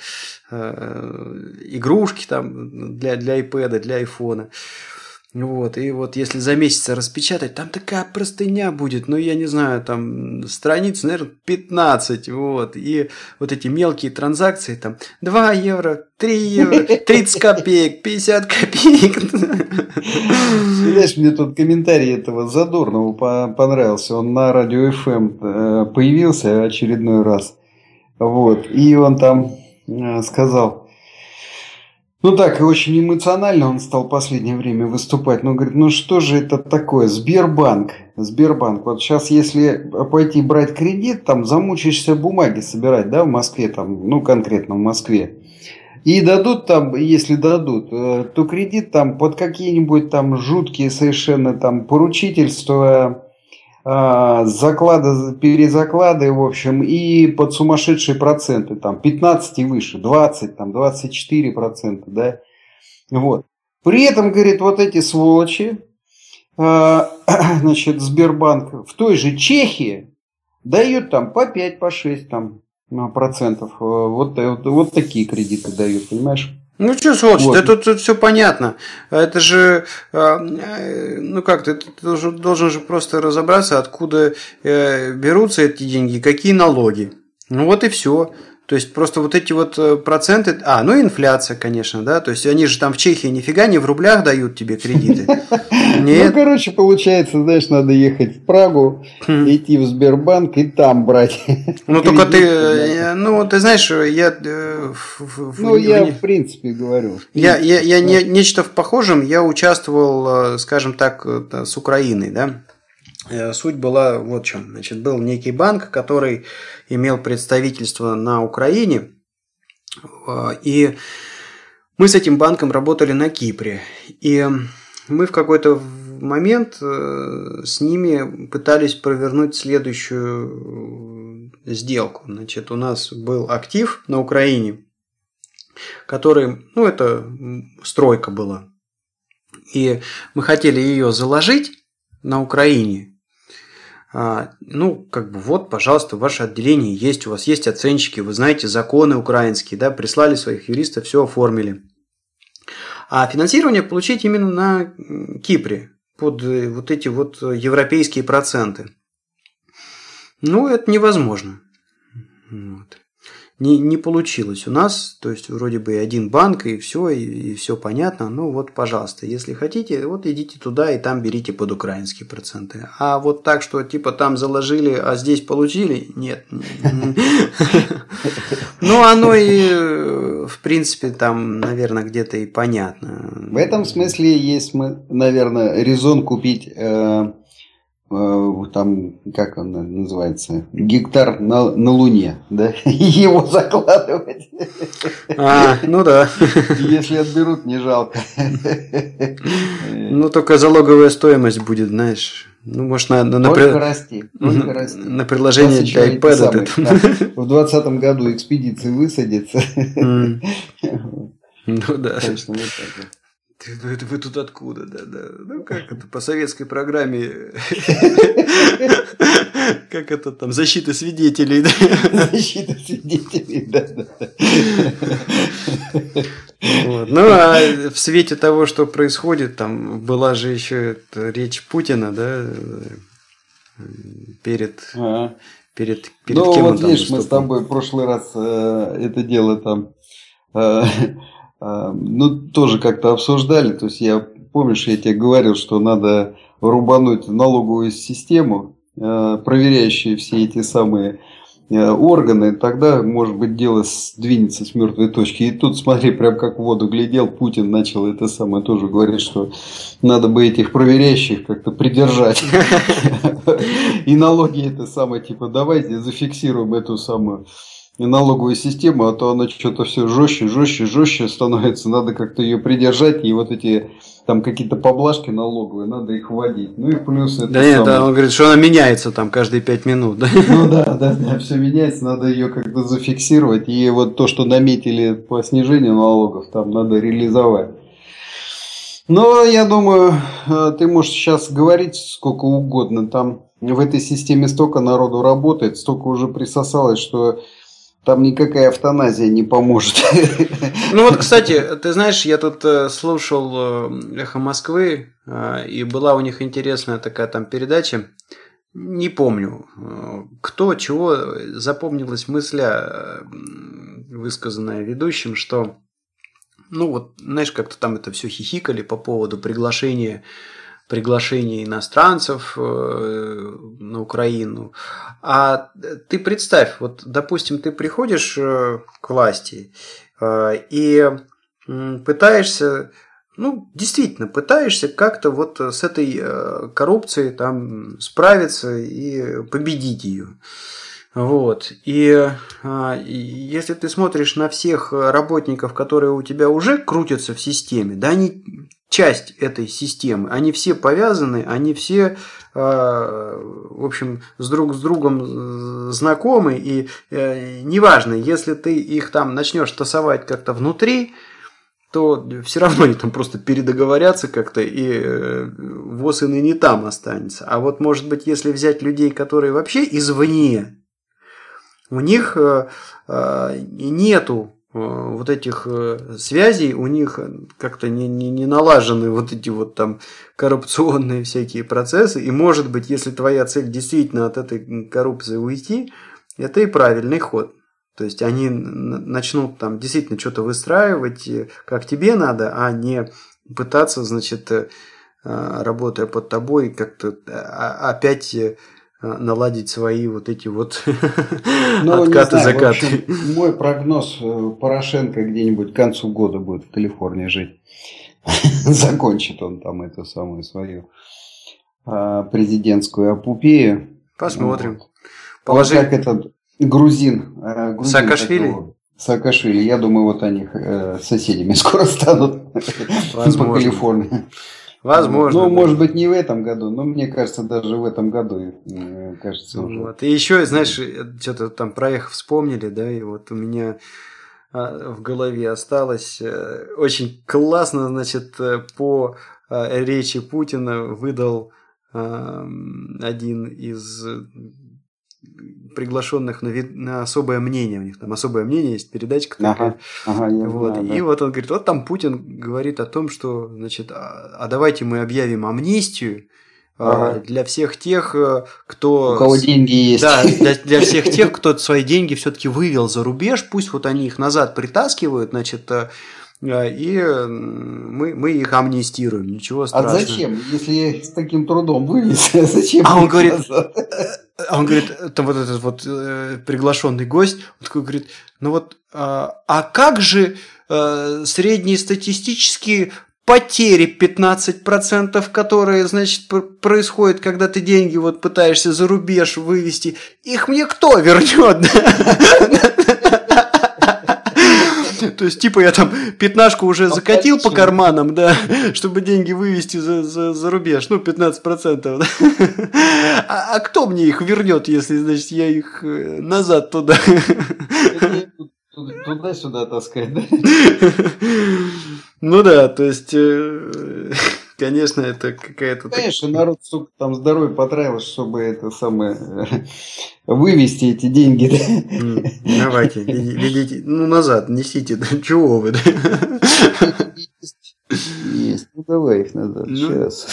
игрушки там для iPad, для iPhone. Вот, и вот если за месяц распечатать, там такая простыня будет, ну, я не знаю, там страниц, наверное, 15, вот, и вот эти мелкие транзакции, там, 2 евро, 3 евро, 30 копеек, 50 копеек. Знаешь, мне тут комментарий этого Задорнова понравился, он на радио FM появился очередной раз, вот, и он там сказал... Ну так, и очень эмоционально он стал в последнее время выступать. Но говорит, ну что же это такое? Сбербанк. Вот сейчас, если пойти брать кредит, там замучаешься бумаги собирать, да, в Москве, там, ну конкретно в Москве. И дадут там, если дадут, то кредит там под какие-нибудь там жуткие совершенно там поручительства, заклады, перезаклады, в общем, и под сумасшедшие проценты, там, 15 и выше, 20, там, 24%, да, вот. При этом, говорит, вот эти сволочи, значит, Сбербанк в той же Чехии дают там по 5, по 6 там, процентов, вот такие кредиты дают, понимаешь? Ну что, сволочь, вот. Да тут все понятно. Это же, ну как-то, ты должен же просто разобраться, откуда берутся эти деньги, какие налоги. Ну вот и все. То есть просто вот эти вот проценты, ну инфляция, конечно, да, то есть они же там в Чехии нифига не в рублях дают тебе кредиты. Нет. Ну, короче, получается, знаешь, надо ехать в Прагу, идти в Сбербанк и там брать. Ну, только ты, ну, ты знаешь, я... Ну, я в принципе говорю. Я нечто в похожем, я участвовал, скажем так, с Украиной, да. Суть была вот в чем. Значит, был некий банк, который имел представительство на Украине, и мы с этим банком работали на Кипре. И мы в какой-то момент с ними пытались провернуть следующую сделку. Значит, у нас был актив на Украине, который, ну, это стройка была. И мы хотели ее заложить на Украине. Ну, как бы вот, пожалуйста, ваше отделение есть, у вас есть оценщики, вы знаете законы украинские, да, прислали своих юристов, все оформили. А финансирование получить именно на Кипре под вот эти вот европейские проценты. Ну, это невозможно. Вот. Не получилось у нас, то есть вроде бы и один банк, и все понятно. Ну вот, пожалуйста, если хотите, вот идите туда и там берите под украинские проценты. А вот так, что типа там заложили, а здесь получили, нет. Ну, оно и в принципе там, наверное, где-то и понятно. В этом смысле есть, наверное, резон купить... там, как он называется, гектар на Луне, да, и его закладывать. Ну да. Если отберут, не жалко. Ну, только залоговая стоимость будет, знаешь, ну, может, только расти. На приложение для iPad. В 2020 году экспедиции высадятся. Ну да. Точно, вот так. Вы тут откуда, да. Ну как это, по советской программе, как это там, защита свидетелей, да? Защита свидетелей, да. Ну, а в свете того, что происходит, там была же еще речь Путина, да, перед ну, кем он вот там видишь, выступал. Мы с тобой в прошлый раз это дело там... Ну, тоже как-то обсуждали. То есть, помнишь, я тебе говорил, что надо рубануть налоговую систему, проверяющие все эти самые органы, тогда, может быть, дело сдвинется с мертвой точки. И тут, смотри, прям как в воду глядел, Путин начал это самое тоже говорить, что надо бы этих проверяющих как-то придержать. И налоги это самое, типа, давайте зафиксируем эту самую налоговую систему, а то она что-то все жестче становится, надо как-то ее придержать, и вот эти там какие-то поблажки налоговые, надо их вводить. Ну и плюс это да нет, он говорит, что она меняется там каждые 5 минут. Да? Ну да, все меняется, надо ее как-то зафиксировать, и вот то, что наметили по снижению налогов, там надо реализовать. Но я думаю, ты можешь сейчас говорить сколько угодно. Там в этой системе столько народу работает, столько уже присосалось, что там никакая эвтаназия не поможет. Ну вот, кстати, ты знаешь, я тут слушал «Эхо Москвы», и была у них интересная такая там передача. Не помню, кто, чего, запомнилась мысля, высказанная ведущим, что, ну вот, знаешь, как-то там это все хихикали по поводу приглашения иностранцев на Украину. А ты представь, вот, допустим, ты приходишь к власти и пытаешься, ну, действительно, пытаешься как-то вот с этой коррупцией там справиться и победить ее. Вот. И если ты смотришь на всех работников, которые у тебя уже крутятся в системе, да, они часть этой системы, они все повязаны, они все, в общем, друг с другом знакомы, и неважно, если ты их там начнешь тасовать как-то внутри, то все равно они там просто передоговорятся как-то, и ВОЗ и ныне там останется. А вот, может быть, если взять людей, которые вообще извне, у них нету вот этих связей, у них как-то не налажены вот эти вот там коррупционные всякие процессы. И может быть, если твоя цель действительно от этой коррупции уйти, это и правильный ход. То есть они начнут там действительно что-то выстраивать, как тебе надо, а не пытаться, значит, работая под тобой, как-то опять наладить свои вот эти вот откаты-закаты. Мой прогноз: Порошенко где-нибудь к концу года будет в Калифорнии жить. Закончит он там эту самую свою президентскую эпопею. Посмотрим. Вот как этот грузин Саакашвили? Саакашвили. Я думаю, вот они соседями скоро станут по Калифорнии. Возможно. Ну, да. Может быть, не в этом году, но мне кажется, даже в этом году, кажется, уже. Вот. И еще, знаешь, что-то там про их вспомнили, да, и вот у меня в голове осталось очень классно, значит, по речи Путина выдал один из приглашенных на особое мнение. У них там особое мнение есть, передачка такая. Вот. Знаю, да. И вот он говорит, вот там Путин говорит о том, что, значит, а давайте мы объявим амнистию для всех тех, кто... У кого деньги есть. Да, для всех тех, кто свои деньги все-таки вывел за рубеж, пусть вот они их назад притаскивают, значит, и мы их амнистируем, ничего страшного. А зачем, если с таким трудом вывез, зачем? А он говорит, там вот этот вот приглашенный гость, он такой говорит, ну вот, а как же среднестатистические потери 15%, которые, значит, происходят, когда ты деньги вот пытаешься за рубеж вывести, их мне кто вернет? То есть, типа, я там 15 уже закатил по карманам, да, чтобы деньги вывести за рубеж, ну, 15%. Да? А кто мне их вернет, если, значит, я их назад туда? Туда-сюда таскать, да? Ну да, то есть, конечно, это какая-то... Конечно, народ, сука, там здоровье потратил, чтобы это самое... вывести эти деньги, да? Давайте, ведите, ну, назад, несите, да, чего вы, да? Есть, ну, давай их назад, сейчас.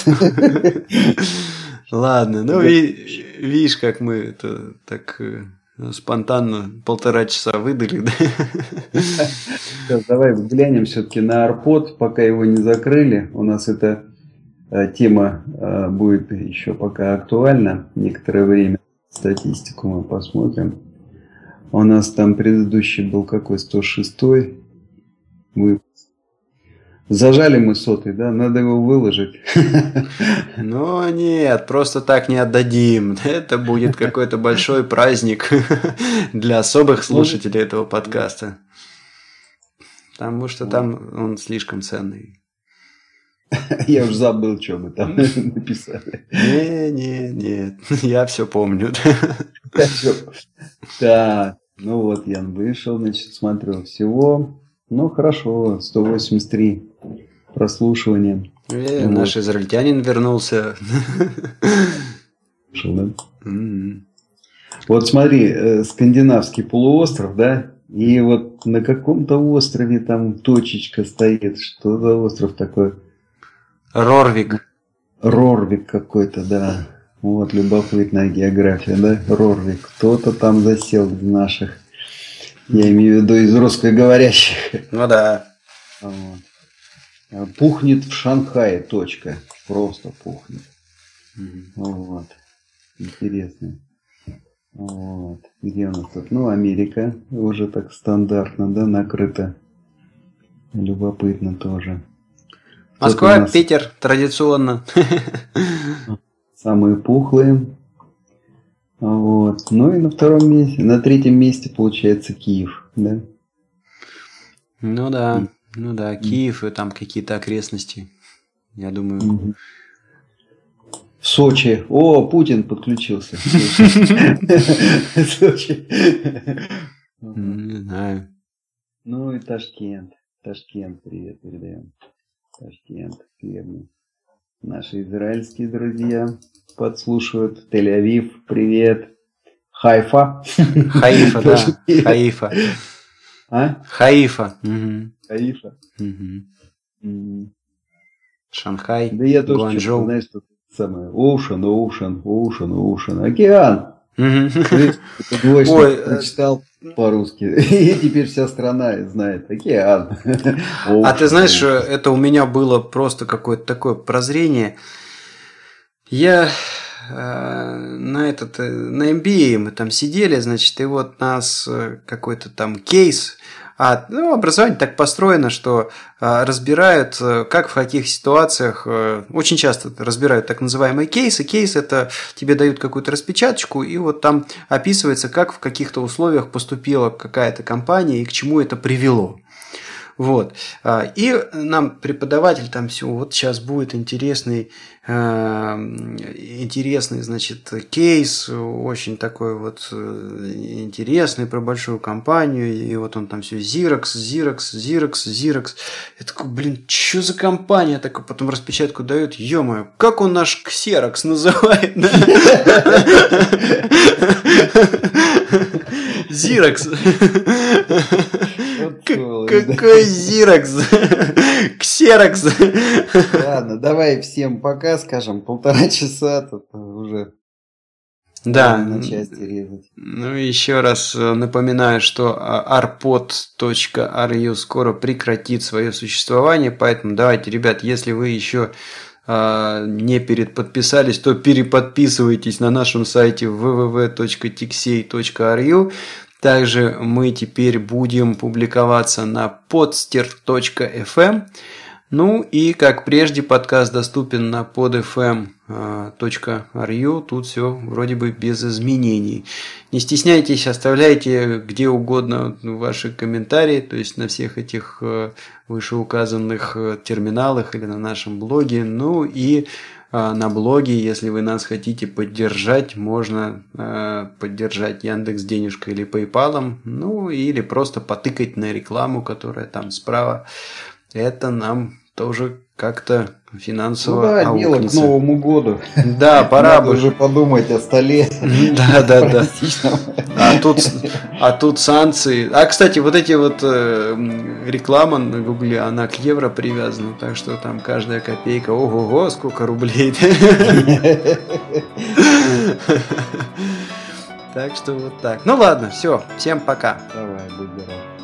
Ладно, ну, видишь, как мы это так... спонтанно 1,5 часа выдали, да? Сейчас давай взглянем все-таки на Арпод, пока его не закрыли. У нас эта тема будет еще пока актуальна некоторое время. Статистику мы посмотрим. У нас там предыдущий был какой? 106-й выпуск. Зажали мы 100-й, да? Надо его выложить. Ну нет, просто так не отдадим. Это будет какой-то большой праздник для особых слушателей этого подкаста. Потому что там он слишком ценный. Я уже забыл, что мы там написали. Нет, я все помню. Так, ну вот Ян вышел, значит, смотрю всего. Ну хорошо, 183 прослушивания. Наш израильтянин вернулся. Вот смотри, скандинавский полуостров, да? И вот на каком-то острове там точечка стоит. Что за остров такой? Рорвик. Рорвик какой-то, да. Вот, любопытная география, да? Рорвик. Кто-то там засел из наших. Я имею в виду из русскоговорящих. Ну да. Вот. Пухнет в Шанхае, точка. Просто пухнет. Вот. Интересно. Вот. Где у нас тут? Ну, Америка уже так стандартно, да, накрыта. Любопытно тоже. Москва, нас... Питер, традиционно. Самые пухлые. Вот. Ну и на втором месте, на третьем месте получается Киев, да? Ну да, Киев и там какие-то окрестности, я думаю. В Сочи. О, Путин подключился. Сочи. Не знаю. Ну и Ташкент. Ташкент, привет передаем. Ташкент, Кремль. Наши израильские друзья подслушивают. Тель-Авив, привет. Хайфа. Хаифа, да. Хаифа. А? Хаифа. Хаифа. Шанхай. Да я тоже чувствую, знаешь, что самое. Ocean. Океан. Двоечник прочитал по-русски. И теперь вся страна знает. Океан. А ты знаешь, это у меня было просто какое-то такое прозрение. Я на MBA мы там сидели, значит, и вот нас какой-то там кейс. Образование так построено, что разбирают, как в каких ситуациях, очень часто разбирают так называемые кейсы. Кейс – это тебе дают какую-то распечаточку, и вот там описывается, как в каких-то условиях поступила какая-то компания и к чему это привело. Вот. И нам преподаватель там все, вот сейчас будет интересный, значит, кейс, очень такой вот интересный про большую компанию, и вот он там все Xerox. Я такой, блин, что за компания такая? Потом распечатку дают, ё-моё, как он наш Xerox называет? Xerox. Какой Xerox? Ксерокс. Ладно, давай всем пока скажем. 1,5 часа тут уже. Да. На части резать. Ну, еще раз напоминаю, что arpod.ru скоро прекратит свое существование. Поэтому давайте, ребят, если вы еще не переподписались, то переподписывайтесь на нашем сайте www.tixey.ru. Также мы теперь будем публиковаться на podster.fm. Ну и, как прежде, подкаст доступен на podfm.ru. Тут все вроде бы без изменений. Не стесняйтесь, оставляйте где угодно ваши комментарии, то есть на всех этих вышеуказанных терминалах или на нашем блоге. Ну и на блоге, если вы нас хотите поддержать, можно поддержать Яндекс.Денежкой или PayPal, ну или просто потыкать на рекламу, которая там справа. Это нам тоже как-то финансово аукнется. Дело к Новому году. Да, пора бы уже подумать о столе. Да. А тут санкции. А, кстати, вот эти вот реклама на Гугле, она к евро привязана, так что там каждая копейка, ого-го, сколько рублей. Так что вот так. Ну ладно, все, всем пока. Давай, будь здоров.